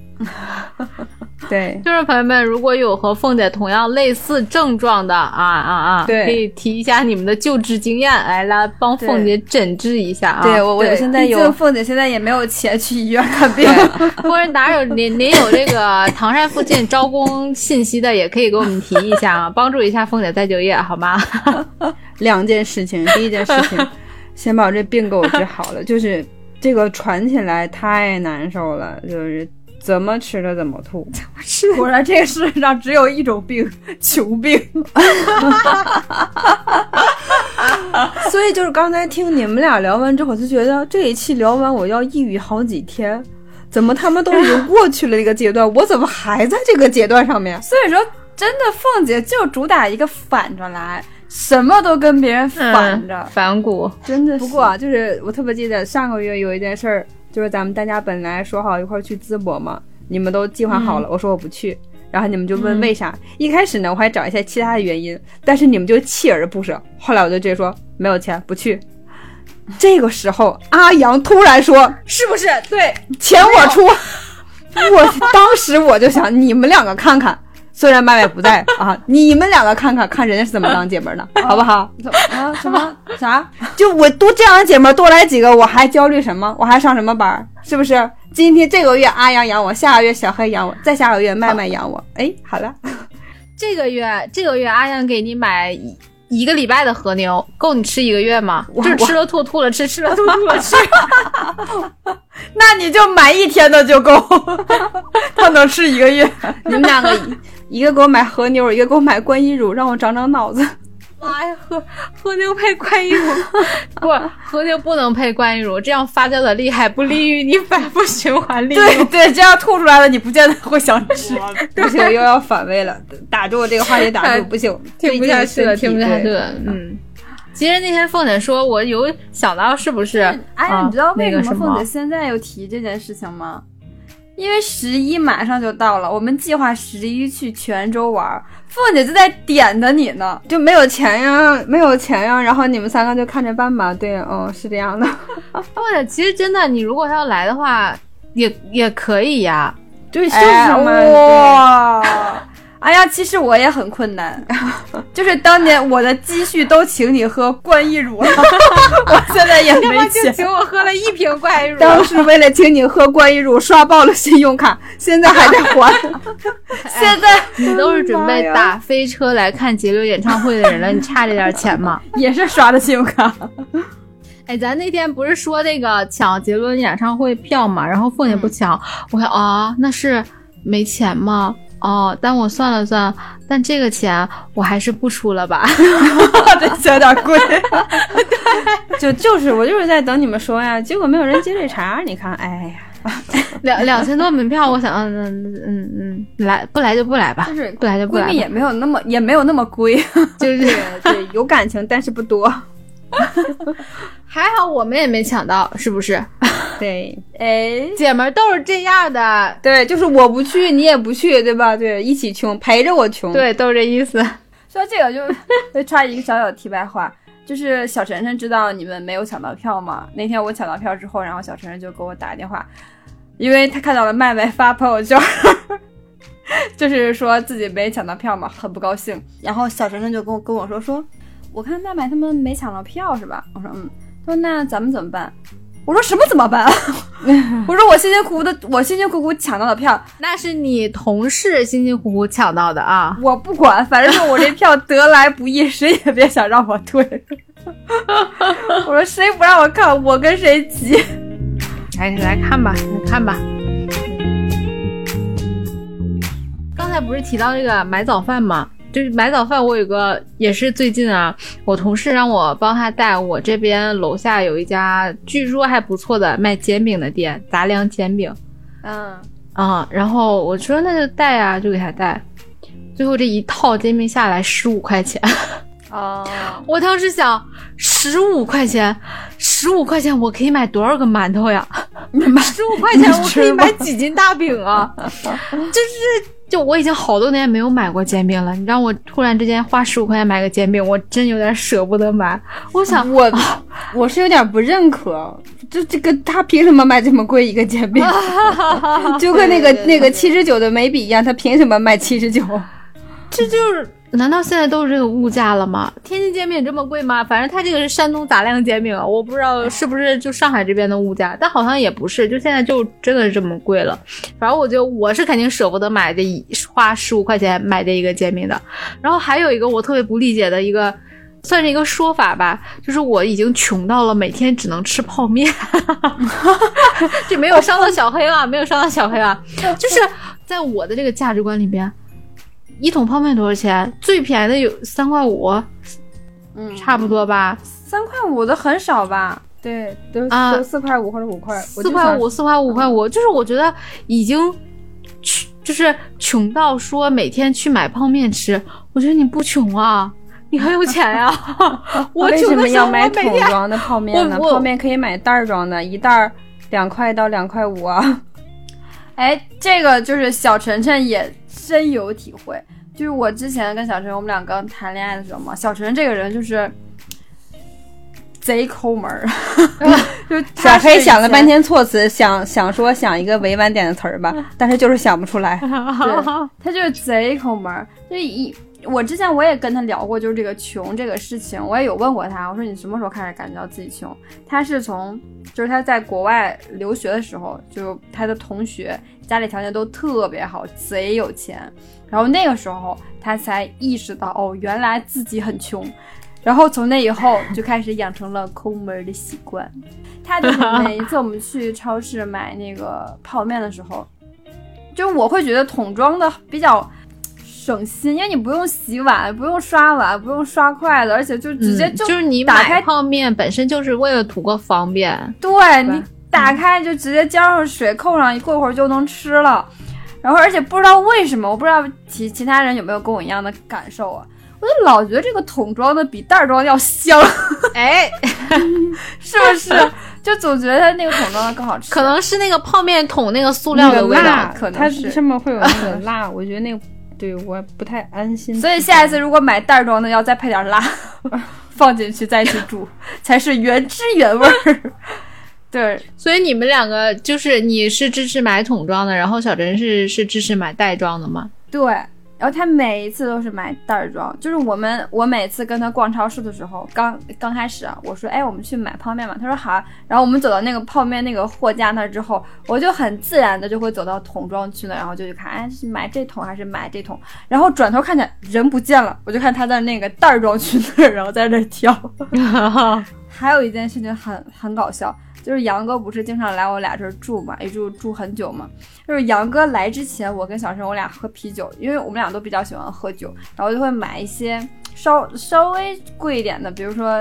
对， 就是朋友们，如果有和凤姐同样类似症状的对， 可以提一下你们的救治经验，来帮凤姐诊治一下啊。 对，我现在有， 毕竟凤姐现在也没有钱去医院看病， 或者哪有您有这个唐山附近招工信息的，也可以给我们提一下啊，帮助一下凤姐再就业，好吗 ？2件事情，第一件事情，先把我这病给我治好了，就是这个喘起来太难受了，就是怎么吃的怎么吐。 果然这个世界上只有一种病，穷病。 所以就是刚才听你们俩聊完之后，就觉得这一期聊完我要抑郁好几天，怎么他们都已经过去了这个阶段，我怎么还在这个阶段上面？ 所以说真的凤姐就主打一个反着来，什么都跟别人反着， 反骨， 真的是。不过就是我特别记得上个月有一件事儿，就是咱们大家本来说好一块去淄博嘛，你们都计划好了，我说我不去， 然后你们就问为啥，一开始呢我还找一些其他的原因，但是你们就锲而不舍，后来我就直接说没有钱不去。这个时候阿阳突然说是不是？对， 钱我出。当时我就想你们两个看看，虽然麦麦不在啊，你们两个看看看人家是怎么当姐妹的，好不好？ 什么啥？ 就我都这样的姐妹多来几个，我还焦虑什么？我还上什么班？是不是？今天这个月阿阳养我，下个月小黑养我，再下个月麦麦养我。哎，好了， 这个月阿阳给你买1个礼拜的和牛，够你吃1个月吗？就是吃了吐，吐了吃，吃了吐，吐了吃。 那你就买1天的就够，他能吃1个月。 你们两个一个给我买和牛，一个给我买观音乳，让我长长脑子。 妈呀，和牛配观音乳，不，和牛不能配观音乳，这样发酵的厉害，不利于你反复循环利用。 对对，这样吐出来了，你不见得会想吃。 不行，又要反胃了，打住我这个话题，打住，不行， 听不下去了，听不下去了。其实那天凤姐说，我有想到是不是？ 哎，你知道为什么凤姐现在又提这件事情吗？因为11马上就到了，我们计划11去泉州玩，凤姐就在点的你呢， 就没有钱呀，没有钱呀，然后你们3个就看着办吧。对，是这样的。 凤姐，其实真的，你如果要来的话，也可以呀。 对，就是嘛。 哇！哎呀，其实我也很困难，就是当年我的积蓄都请你喝冠益乳了，我现在也没钱， 就请我喝了1瓶冠益乳。 当时为了请你喝冠益乳，刷爆了信用卡，现在还在还。 现在你都是准备打飞车来看节流演唱会的人了，你差这点钱吗？ 也是刷的信用卡。 哎，咱那天不是说那个抢杰伦演唱会票嘛，然后凤姐不抢，我看啊，那是没钱吗？哦，但我算了算，但这个钱我还是不出了吧。 这有点贵。 就是我就是在等你们说呀，结果没有人接这茬，你看，哎呀，2000多门票，我想，来不来就不来吧， 就是不来就不来吧。 闺蜜也没有那么贵， 就是对，有感情，但是不多。 还好我们也没抢到，是不是？ 对， 哎， 姐们都是这样的。 对，就是我不去，你也不去，对吧？对，一起穷，陪着我穷。 对，都是这意思。 说这个就插一个小小的题外话，就是小晨晨知道你们没有抢到票吗？那天我抢到票之后，然后小晨晨就给我打电话，因为他看到了麦麦发朋友圈。就是说自己没抢到票嘛，很不高兴。然后小晨晨就跟我说，我看麦麦他们没抢到票是吧？我说他说那咱们怎么办？我说什么怎么办？我说我辛辛苦苦抢到的票， 那是你同事辛辛苦苦抢到的啊！ 我不管，反正我这票得来不易，谁也别想让我退。我说谁不让我看，我跟谁急。 来看吧，来看吧。刚才不是提到这个买早饭吗？就是买早饭，我有个也是最近啊，我同事让我帮他带，我这边楼下有一家据说还不错的卖煎饼的店，杂粮煎饼。然后我说那就带啊，就给他带。最后这一套煎饼下来15块钱。我当时想15块钱我可以买多少个馒头呀？15块钱我可以买几斤大饼啊？就我已经好多年没有买过煎饼了，你让我突然之间花15块钱买个煎饼，我真有点舍不得买。我想我是有点不认可，就这个他凭什么卖这么贵一个煎饼？就跟那个79的眉笔一样，他凭什么卖79？ 这就是难道现在都是这个物价了吗？天津煎饼这么贵吗？反正它这个是山东杂粮煎饼啊，我不知道是不是就上海这边的物价，但好像也不是，就现在就真的是这么贵了。反正我觉得我是肯定舍不得买这花15块钱买这一个煎饼的。然后还有一个我特别不理解的一个，算是一个说法吧，就是我已经穷到了每天只能吃泡面。这没有伤到小黑啊，没有伤到小黑啊，就是在我的这个价值观里边。1桶泡面多少钱？最便宜的有3块5，差不多吧。 3块5的很少吧？对，都4块5或者5块。 4块5、4块5、5块5，就是我觉得已经就是穷到说每天去买泡面吃。我觉得你不穷啊，你很有钱呀。我为什么要买桶装的泡面呢？泡面可以买袋装的，一袋2块到2块5啊。 哎，这个就是小晨晨也深有体会。就是我之前跟小晨我们俩刚谈恋爱的时候嘛，小晨这个人就是贼抠门儿，就小黑想了半天措辞，想一个委婉点的词儿吧，但是就是想不出来。 对，他就是贼抠门儿。我之前我也跟他聊过，就是这个穷这个事情，我也有问过他，我说你什么时候开始感觉到自己穷？他是就是他在国外留学的时候，就他的同学家里条件都特别好，贼有钱，然后那个时候他才意识到，哦，原来自己很穷。然后从那以后就开始养成了抠门的习惯。他就是每一次我们去超市买那个泡面的时候，就是我会觉得桶装的比较省心，因为你不用洗碗，不用刷碗，不用刷筷子，而且就直接就是你买泡面本身就是为了图个方便。 对，你打开就直接浇上水，扣上，过一会儿就能吃了。然后而且不知道为什么，我不知道其他人有没有跟我一样的感受啊，我就老觉得这个桶装的比袋装要香。 哎， 是不是？就总觉得它那个桶装的更好吃。 可能是那个泡面桶那个塑料的味道， 可能它上面会有那个辣，我觉得那个对我不太安心。 所以下一次如果买袋装的，要再配点辣放进去再去煮，才是原汁原味儿。对， 所以你们两个就是你是支持买桶装的，然后小陈是支持买袋装的吗？ 对，然后他每一次都是买袋装，就是我每次跟他逛超市的时候，刚开始啊，我说哎我们去买泡面嘛，他说好，然后我们走到那个泡面那个货架那之后，我就很自然的就会走到桶装区呢，然后就去看哎是买这桶还是买这桶，然后转头看见人不见了，我就看他在那个袋装区那儿，然后在那挑。还有一件事情很搞笑，就是杨哥不是经常来我俩这儿住嘛，一住很久嘛。就是杨哥来之前，我跟小陈我俩喝啤酒，因为我们俩都比较喜欢喝酒，然后就会买一些稍微贵一点的，比如说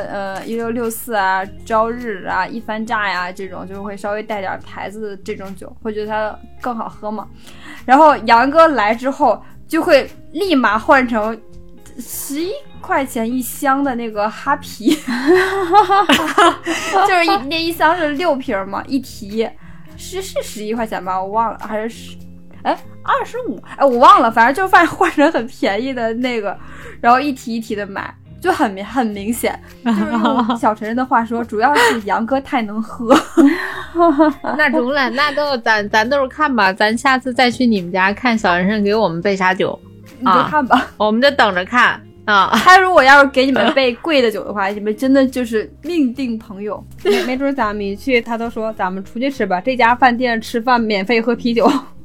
1664啊、朝日啊、一番榨呀这种，就会稍微带点牌子的这种酒，会觉得它更好喝嘛。然后杨哥来之后，就会立马换成11块钱一箱的那个哈啤，就是那一箱是6瓶嘛，一提是11块钱吧，我忘了，还是25，我忘了，反正就反正换成很便宜的那个，然后一提一提的买，就很明显，就是用小陈的话说，主要是杨哥太能喝。 那中了，那都咱都是看吧，咱下次再去你们家看小陈给我们备啥酒。 你就看吧， 我们就等着看啊。 他如果要是给你们备贵的酒的话，你们真的就是命定朋友。 没准咱们一去，他都说咱们出去吃吧，这家饭店吃饭免费喝啤酒。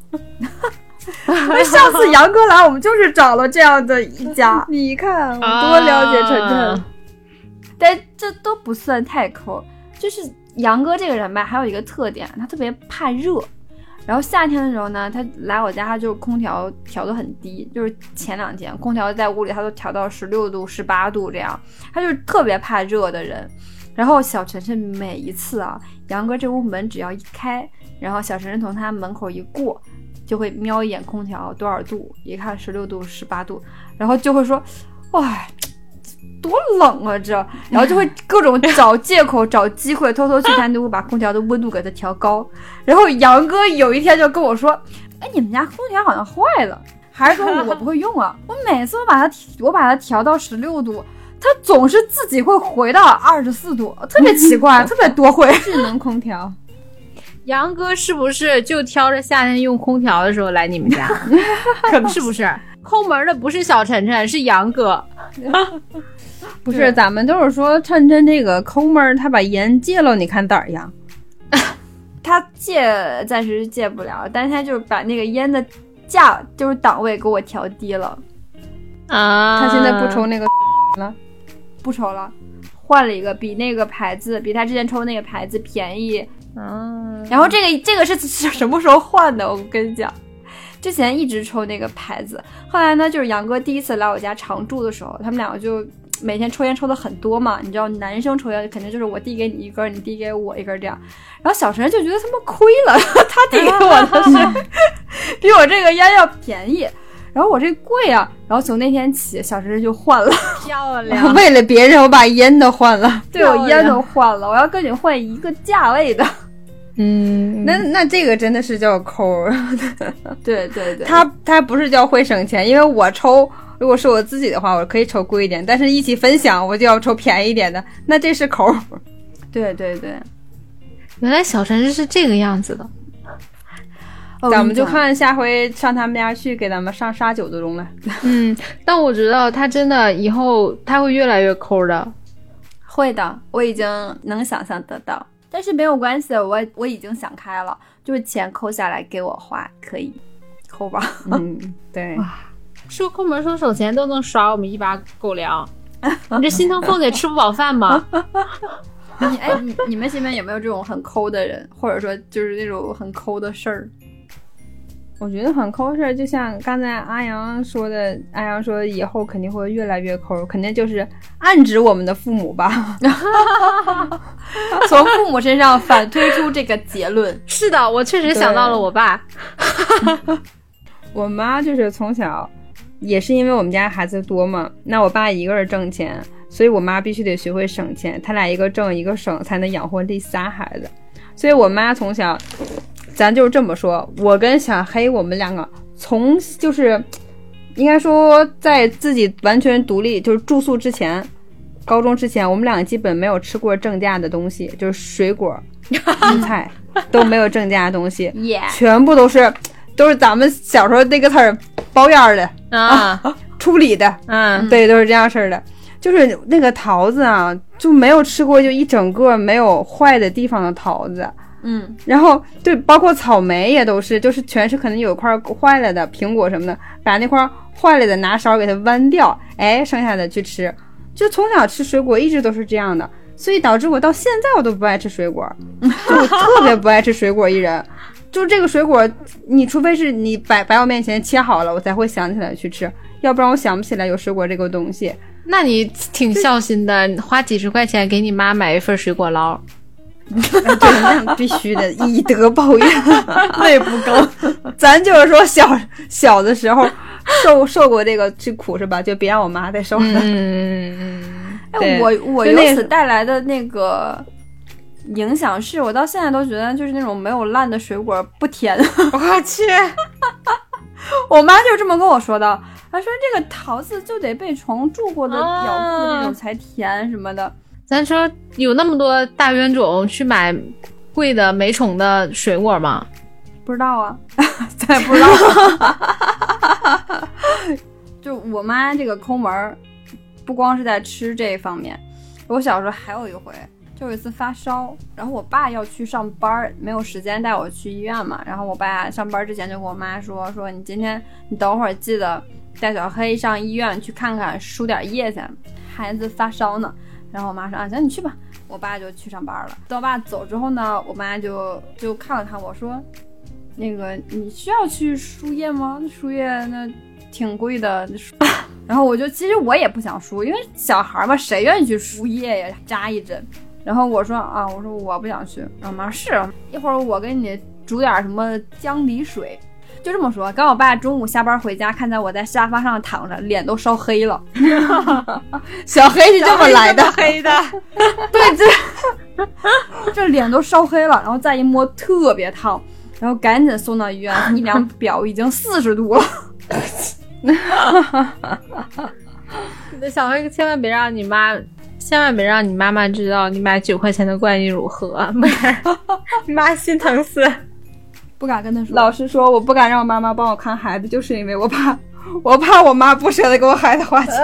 上次杨哥来，我们就是找了这样的一家。 你看我多了解晨晨，但这都不算太抠。就是杨哥这个人吧，还有一个特点，他特别怕热。然后夏天的时候呢，他来我家，他就空调调得很低，就是前2天空调在屋里他都调到16度、18度这样，他就是特别怕热的人。然后小晨晨每一次啊，杨哥这屋门只要一开，然后小晨晨从他门口一过，就会瞄一眼空调多少度，一看16度、18度，然后就会说，哇，多冷啊这，然后就会各种找借口找机会偷偷去他那屋把空调的温度给它调高。然后杨哥有一天就跟我说，哎，你们家空调好像坏了，还是说我不会用啊？我每次我把它调到16度，它总是自己会回到24度，特别奇怪，特别多会。 智能空调。 杨哥是不是就挑着夏天用空调的时候来你们家？是不是？抠门的不是小晨晨，是杨哥。 不是，咱们都是说晨晨这个抠门，他把烟戒了，你看咋样？ 他暂时戒不了，但是他就把那个烟的价就是档位给我调低了啊。 他现在不抽那个了， 不抽了，换了一个比那个牌子比他之前抽的那个牌子便宜。然后这个是什么时候换的？我跟你讲，之前一直抽那个牌子，后来呢，就是杨哥第一次来我家常住的时候，他们两个就每天抽烟抽的很多嘛，你知道男生抽烟肯定就是我递给你一根，你递给我一根这样。然后小陈就觉得他妈亏了，他递给我的是比我这个烟要便宜，然后我这贵啊。然后从那天起，小陈就换了。 漂亮， 为了别人我把烟都换了。 对，我烟都换了，我要跟你换一个价位的。 那这个真的是叫抠。 对对对， 他不是叫会省钱，因为我抽，如果是我自己的话，我可以抽贵一点，但是一起分享我就要抽便宜一点的，那这是抠。 对对对， 原来小陈是这个样子的。 咱们就看下回上他们家去给咱们上杀9度钟了。 但我觉得他真的以后他会越来越抠的。 会的，我已经能想象得到。但是没有关系，我已经想开了，就是钱抠下来给我花，可以抠吧。 对。 说抠门说省钱都能耍我们一把狗粮，你这心疼凤姐吃不饱饭吗？ 你们身边有没有这种很抠的人，或者说就是那种很抠的事儿？ 我觉得很抠的事儿，就像刚才阿阳说的，阿阳说以后肯定会越来越抠，肯定就是暗指我们的父母吧。 从父母身上反推出这个结论。 是的，我确实想到了我爸。 我妈就是从小也是因为我们家孩子多嘛，那我爸一个人挣钱，所以我妈必须得学会省钱，他俩一个挣一个省才能养活这仨孩子。所以我妈从小，咱就是这么说，我跟小黑我们两个就是应该说在自己完全独立就是住宿之前，高中之前，我们两个基本没有吃过正价的东西，就是水果蔬菜都没有正价的东西全部都是咱们小时候那个词儿包烟的处理的对，都是这样式的。就是那个桃子啊，就没有吃过就一整个没有坏的地方的桃子。然后对，包括草莓也都是，就是全是可能有一块坏了的苹果什么的，把那块坏了的拿勺给它剜掉，剩下的去吃。就从小吃水果一直都是这样的，所以导致我到现在我都不爱吃水果，就我特别不爱吃水果一人。就这个水果，你除非是你摆我面前切好了，我才会想起来去吃，要不然我想不起来有水果这个东西。 那你挺孝心的，花几十块钱给你妈买一份水果捞。 对，那必须的，以德报怨，那也不够。咱就是说小的时候受过这个苦是吧？就别让我妈再受了。 我由此带来的那个影响是，我到现在都觉得就是那种没有烂的水果不甜。 我去， 我妈就这么跟我说的。她说这个桃子就得被虫蛀过的、咬过的那种才甜什么的。 咱说有那么多大冤种去买贵的没虫的水果吗？ 不知道啊，咱也不知道。就我妈这个抠门，不光是在吃这一方面。我小时候还有一回，就有一次发烧，然后我爸要去上班，没有时间带我去医院嘛。然后我爸上班之前就跟我妈说你今天你等会儿记得带小黑上医院去看看，输点液去，孩子发烧呢。然后我妈说行，你去吧。我爸就去上班了。等我爸走之后呢，我妈就看了看我说，那个你需要去输液吗？输液那挺贵的。然后其实我也不想输，因为小孩嘛，谁愿意去输液呀，扎一针。然后我说我不想去。然后我妈说是，一会儿我给你煮点什么姜梨水。就这么说，刚我爸中午下班回家，看在我在沙发上躺着，脸都烧黑了。 小黑是这么来的， 黑的。 对，这脸都烧黑了，然后再一摸特别烫，然后赶紧送到医院，一量表已经40度了。 小黑千万别让你妈妈知道你买9块钱的怪异乳喝，不然你妈心疼死。 不敢跟他说。 老实说，我不敢让我妈妈帮我看孩子，就是因为我怕我妈不舍得给我孩子花钱。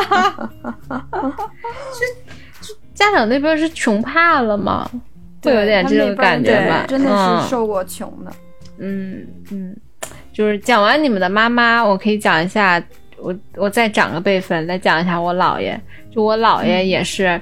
家长那边是穷怕了吗？会有点这个感觉吧？ 真的是受过穷的。 就是讲完你们的妈妈，我可以讲一下，我再长个辈分来讲一下我姥爷。就我姥爷也是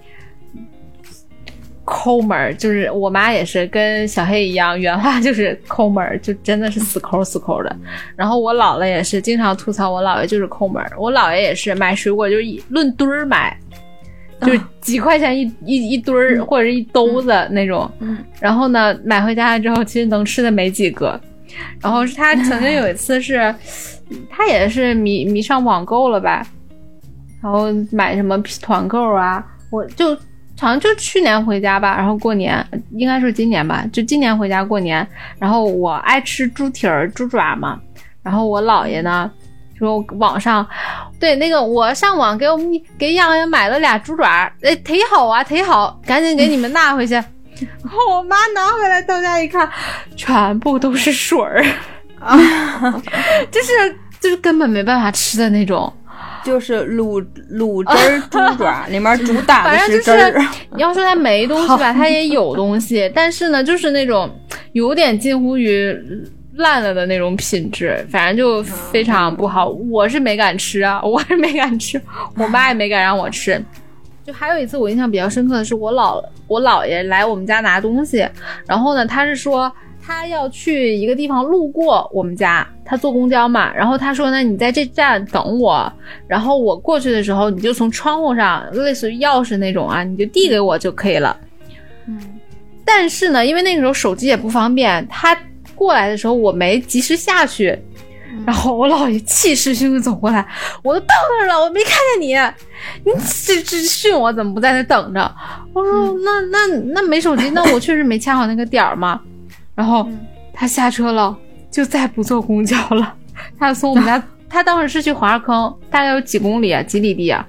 抠门，就是我妈也是跟小黑一样，原话就是抠门，就真的是死抠的。然后我姥姥也是经常吐槽我姥爷就是抠门，我姥爷也是买水果就是论堆儿买，就是几块钱一堆儿或者是一兜子那种。然后呢，买回家之后其实能吃的没几个。然后他曾经有一次是，他也是迷上网购了吧，然后买什么团购啊，我就好像就去年回家吧，然后过年应该是今年吧，就今年回家过年，然后我爱吃猪蹄儿、猪爪嘛，然后我姥爷呢说网上对那个我上网给洋洋买了俩猪爪，忒好啊忒好，赶紧给你们拿回去。然后我妈拿回来到家一看，全部都是水儿啊，就是根本没办法吃的那种。 就是卤汁儿猪爪，里面主打的是汁儿。 你要说它没东西吧，它也有东西，但是呢，就是那种有点近乎于烂了的那种品质，反正就非常不好。我是没敢吃啊，我妈也没敢让我吃。就还有一次我印象比较深刻的是我姥爷来我们家拿东西，然后呢，他是说他要去一个地方路过我们家，他坐公交嘛，然后他说呢，你在这站等我，然后我过去的时候你就从窗户上类似于钥匙那种啊，你就递给我就可以了。但是呢，因为那个时候手机也不方便，他过来的时候我没及时下去，然后我姥爷气势汹汹走过来，我都到那儿了，我没看见你这训我怎么不在那等着？我说那没手机，那我确实没掐好那个点儿嘛。然后他下车了，就再不坐公交了。他从我们家，他当时是去黄沙坑，大概有几公里啊？几里地啊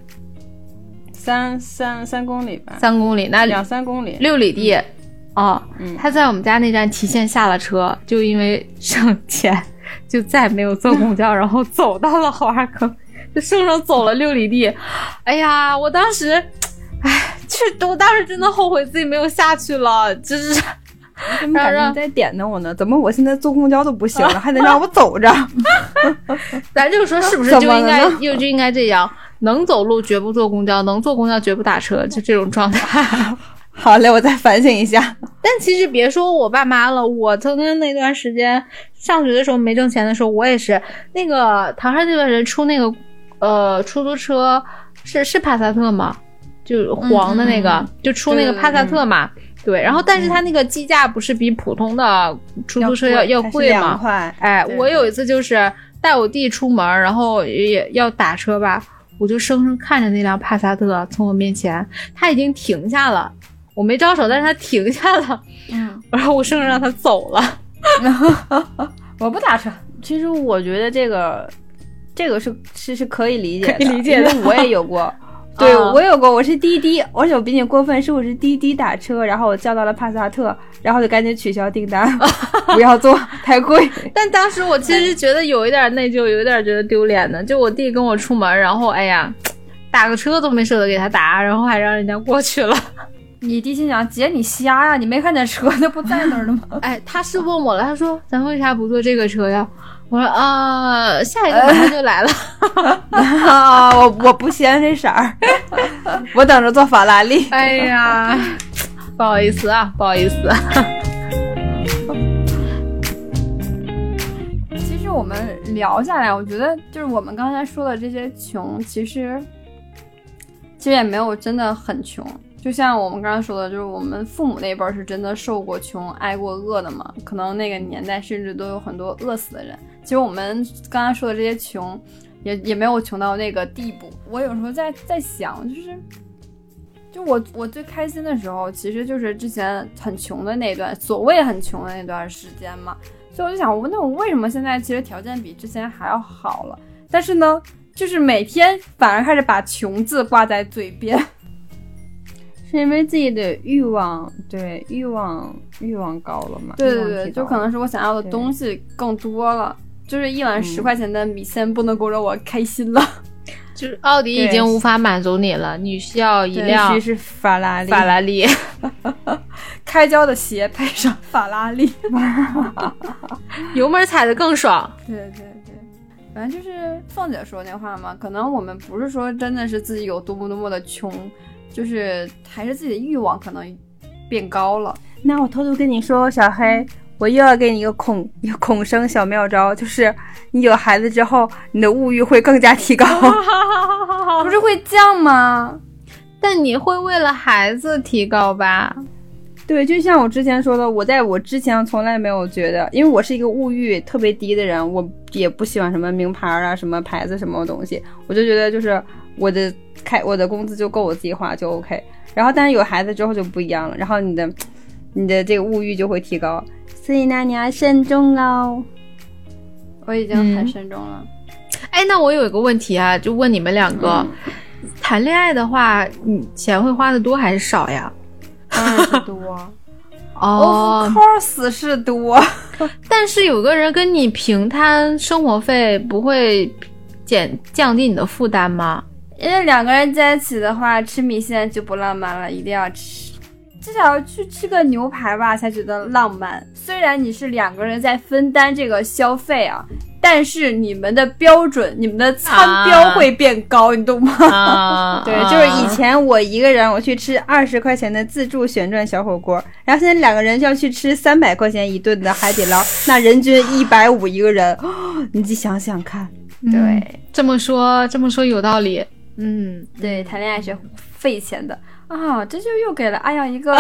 ？3公里吧。 3公里，那 2-3公里 ，6里地。他在我们家那站提前下了车，就因为省钱，就再没有坐公交，然后走到了黄沙坑，就生生走了6里地。哎呀，我当时真的后悔自己没有下去了，就是。 怎么感觉你在点呢我呢？怎么我现在坐公交都不行了，还得让我走着？ 咱就说是不是就应该这样？能走路绝不坐公交，能坐公交绝不打车，就这种状态。 好嘞，我再反省一下。 但其实别说我爸妈了，我曾经那段时间上学的时候没挣钱的时候，我也是那个唐山这边人出那个出租车是帕萨特吗？就黄的那个，就出那个帕萨特嘛。对，然后但是他那个机价不是比普通的出租车要贵吗？哎，我有一次就是带我弟出门，然后也要打车吧，我就生生看着那辆帕萨特从我面前，他已经停下了，我没招手，但是他停下了，然后我生生让他走了。 我不打车。 其实我觉得这个是可以理解的， 可以理解的， 因为我也有过。对，我有过，我是滴滴，而且我比你过分，是我是滴滴打车，然后我叫到了帕萨特，然后就赶紧取消订单，不要坐，太贵。 但当时我其实觉得有一点内疚，有一点觉得丢脸的，就我弟跟我出门，然后哎呀，打个车都没舍得给他打，然后还让人家过去了。 你弟心想，姐你瞎呀，你没看见车那不在那儿呢吗？ 哎，他是问我了，他说咱为啥不坐这个车呀？我说下一个马上就来了。 我不嫌这色儿，我等着坐法拉利。 哎呀，不好意思啊，不好意思。 其实我们聊下来，我觉得就是我们刚才说的这些穷，其实也没有真的很穷。就像我们刚刚说的，就是我们父母那辈儿是真的受过穷、挨过饿的嘛，可能那个年代甚至都有很多饿死的人。其实我们刚才说的这些穷，也没有穷到那个地步。我有时候在想，就我最开心的时候，其实就是之前很穷的那段，所谓很穷的那段时间嘛。所以我就想，那我为什么现在其实条件比之前还要好了？但是呢，就是每天反而开始把穷字挂在嘴边。 是因为自己的欲望高了嘛？ 对，就可能是我想要的东西更多了，就是一碗10块钱的米线不能够让我开心了。 就是奥迪已经无法满足你了，你需要一辆必须是法拉利开胶的鞋配上法拉利， 油门踩得更爽。 对，反正就是凤姐说那话嘛，可能我们不是说真的是自己有多么的穷，就是还是自己的欲望可能变高了。 那我偷偷跟你说，小黑，我又要给你一个恐生小妙招，就是你有孩子之后，你的物欲会更加提高。 不是会降吗？ 但你会为了孩子提高吧？ 对，就像我之前说的，我在我之前从来没有觉得，因为我是一个物欲特别低的人，我也不喜欢什么名牌啊、什么牌子什么东西，我就觉得就是我的工资就够我自己花就 OK。然后但是有孩子之后就不一样了，然后你的这个物欲就会提高，所以呢你要慎重哦。 我已经很慎重了。 哎，那我有一个问题啊，就问你们两个，谈恋爱的话，你钱会花的多还是少呀？ 当然是多。 Of course 是多。 但是有个人跟你平摊生活费，不会降低你的负担吗？ 因为两个人在一起的话，吃米线就不浪漫了，一定要吃，至少去吃个牛排吧才觉得浪漫。虽然你是两个人在分担这个消费啊，但是你们的标准，你们的餐标会变高，你懂吗？ 对，就是以前我一个人我去吃20块钱的自助旋转小火锅，然后现在两个人就要去吃300块钱一顿的海底捞，那人均150一个人，你自己想想看。 对， 这么说有道理。 对，谈恋爱是费钱的啊，这就又给了阿阳一个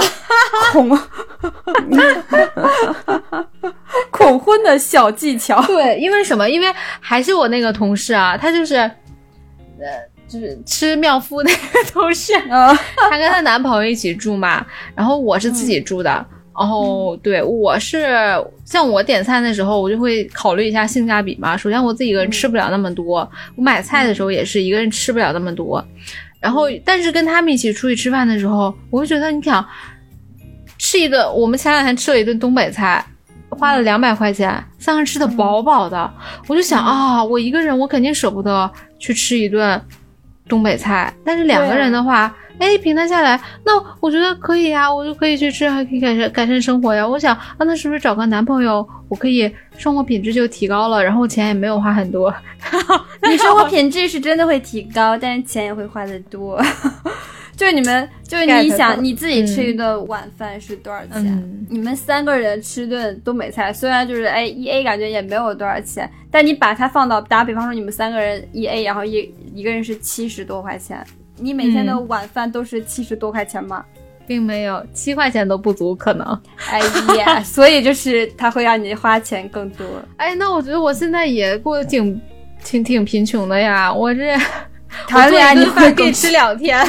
恐婚的小技巧。 对，因为什么？因为还是我那个同事啊，他就是吃妙夫那个同事，她跟她男朋友一起住嘛，然后我是自己住的。然后对，我是像我点菜的时候，我就会考虑一下性价比嘛。首先我自己一个人吃不了那么多，我买菜的时候也是一个人吃不了那么多。然后但是跟他们一起出去吃饭的时候，我就觉得你想吃一顿，我们前2天吃了一顿东北菜，花了200块钱，3个人吃的饱饱的。我就想啊，我一个人我肯定舍不得去吃一顿东北菜，但是2个人的话，平摊下来，那我觉得可以呀，我就可以去吃，还可以改善生活呀。我想那是不是找个男朋友，我可以生活品质就提高了，然后钱也没有花很多。 你生活品质是真的会提高，但是钱也会花得多。就是你想你自己吃一顿晚饭是多少钱？你们3个人吃顿东北菜，虽然就是1A 感觉也没有多少钱，但你把它放到打比方说你们3个人1A， 然后一个人是70多块钱。你每天的晚饭都是70多块钱吗？ 并没有，7块钱都不足可能。 哎呀，所以就是它会让你花钱更多。 那我觉得我现在也过得挺贫穷的呀，我这谈恋爱你会可以吃2天。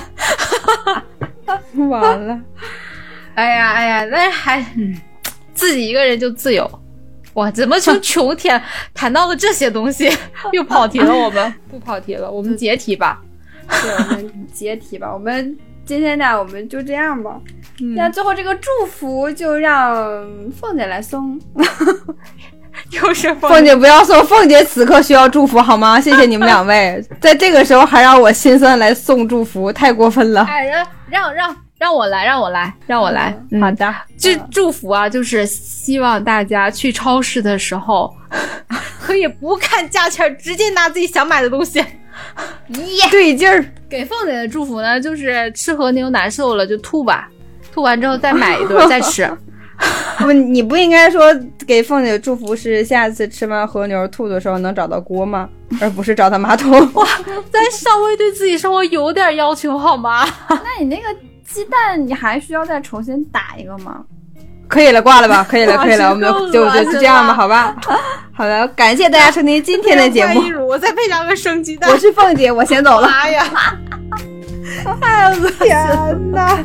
完了。 哎呀，那还自己一个人就自由。哇，怎么从穷谈到了这些东西，又跑题了。我们不跑题了，我们解题吧。 对，我们解题吧。我们今天呢，我们就这样吧。那最后这个祝福就让凤姐来送。 又是凤姐不要送，凤姐此刻需要祝福好吗？谢谢你们2位，在这个时候还让我心酸来送祝福，太过分了。 让我来。 好的， 这祝福啊，就是希望大家去超市的时候可以不看价钱，直接拿自己想买的东西。 对劲儿。 给凤姐的祝福呢，就是吃和牛难受了就吐吧，吐完之后再买一顿再吃。 不，你不应该说给凤姐祝福是下次吃完和牛吐的时候能找到锅吗？而不是找到马桶。 哇，咱稍微对自己生活有点要求好吗？ 那你那个鸡蛋你还需要再重新打一个吗？ 可以了，挂了吧？可以了，我们就这样吧，好吧？好的，感谢大家收听今天的节目。 我再配上个生鸡蛋。 我是凤姐，我先走了。 妈呀！ 太恶心了！天哪！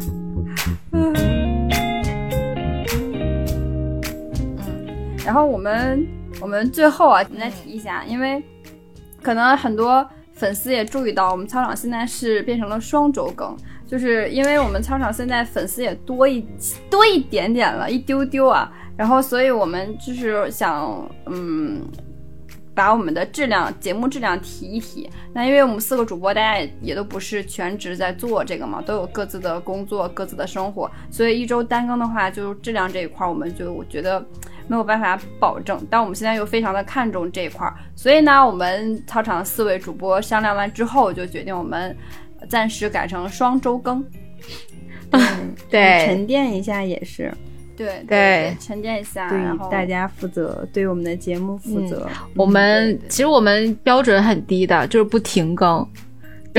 然后我们最后啊，再提一下，因为可能很多粉丝也注意到，我们操场现在是变成了双周更，就是因为我们操场现在粉丝也多一点点了，一丢丢啊。然后所以我们就是想把我们的节目质量提一提。那因为我们4个主播大家也都不是全职在做这个嘛，都有各自的工作各自的生活，所以1周单更的话，就质量这一块我觉得没有办法保证，但我们现在又非常的看重这一块，所以呢我们操场4位主播商量完之后就决定我们暂时改成双周更。 对，沉淀一下也是。 对，沉淀一下， 对然后大家负责，对我们的节目负责。 其实我们标准很低的，就是不停更。 对，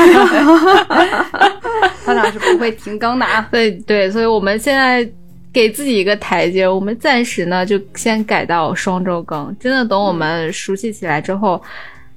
操场是不会停更的啊。 对，所以我们现在给自己一个台阶，我们暂时呢就先改到双周更。真的等我们熟悉起来之后，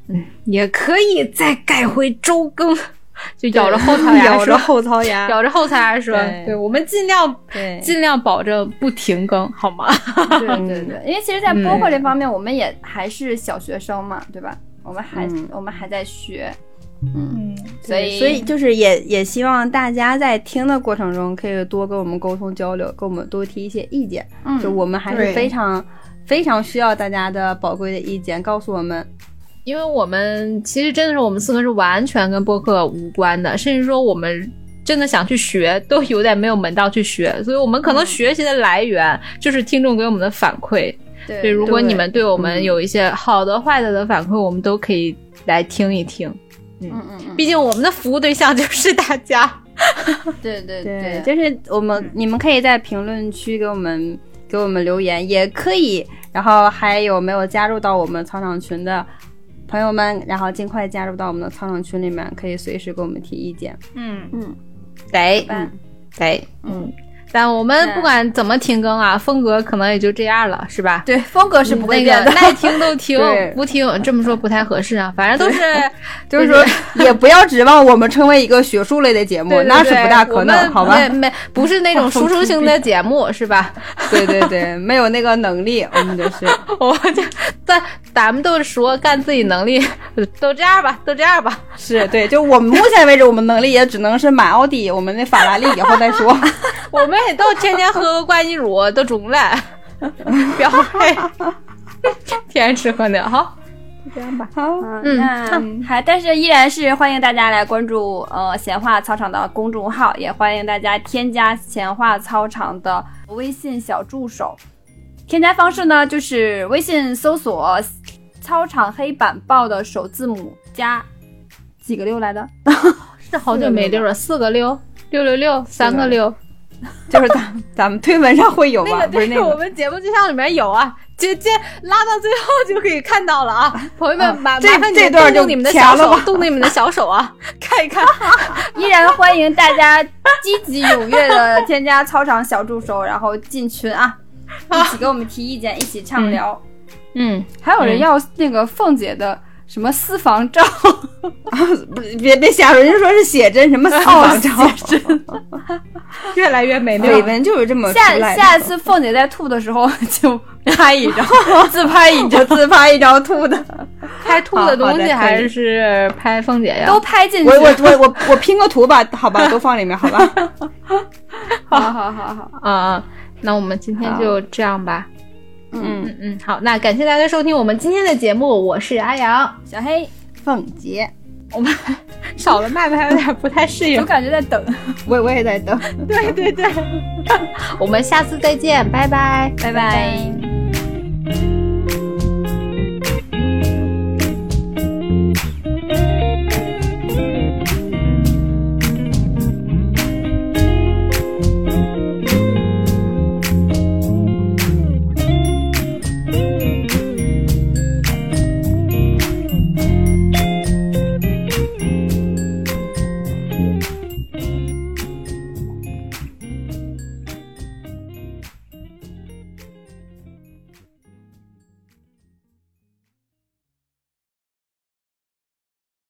也可以再改回周更。就咬着后槽牙说， 咬着后槽牙， 咬着后槽牙说，对，我们尽量保证不停更，好吗？ 对，因为其实，在播客这方面，我们也还是小学生嘛，对吧？我们还在学，所以就是也希望大家在听的过程中，可以多跟我们沟通交流，跟我们多提一些意见。就我们还是非常非常需要大家的宝贵的意见，告诉我们。 因为我们其实真的是我们4个是完全跟播客无关的，甚至说我们真的想去学都有点没有门道去学，所以我们可能学习的来源就是听众给我们的反馈。对，如果你们对我们有一些好的坏的反馈，我们都可以来听一听。毕竟我们的服务对象就是大家。 对， 就是你们可以在评论区给我们留言，也可以，然后还有没有加入到我们操场群的朋友们，然后尽快加入到我们的操场群里面，可以随时给我们提意见。 得。但我们不管怎么停更啊，风格可能也就这样了，是吧？ 对，风格是不会变的， 爱听都听，不听这么说不太合适啊。反正都是， 就是说，也不要指望我们成为一个学术类的节目，那是不大可能，好吧？ 不是那种输出型的节目，是吧？ 对，没有那个能力，我们就是， 咱们都是说干自己能力，都这样吧。 是对，就我们目前为止，我们能力也只能是买奥迪，我们那法拉利以后再说。 我们也都天天喝个冠益乳都中了，标配，天天吃喝的，好，就这样吧。 好，但是依然是欢迎大家来关注闲话操场的公众号，也欢迎大家添加闲话操场的微信小助手。添加方式呢，就是微信搜索操场黑板报的首字母加几个6来的？ 是好久没6了，4个6，666，3个6。 就是咱们推文上会有吗？不是那个， 我们节目介绍里面有啊，直接拉到最后就可以看到了啊！朋友们，麻烦这段就你们的小手，动你们的小手啊，看一看。 依然欢迎大家积极踊跃的添加操场小助手，然后进群啊，一起给我们提意见，一起畅聊。还有人要那个凤姐的什么私房照。 别瞎说，人家说是写真，什么私房照， 越来越美妙。 绯闻就是这么出来的。 下次凤姐在吐的时候就拍一张，自拍一张吐的。 拍吐的东西还是拍凤姐呀？ 都拍进去。 我拼个图吧，好吧，都放里面，好吧。 好。 那我们今天就这样吧。好，那感谢大家收听我们今天的节目，我是阿阳、 小黑、 凤姐。 我们少了麦麦还有点不太适应， 我感觉在等， 我也在等。 对，我们下次再见，拜拜。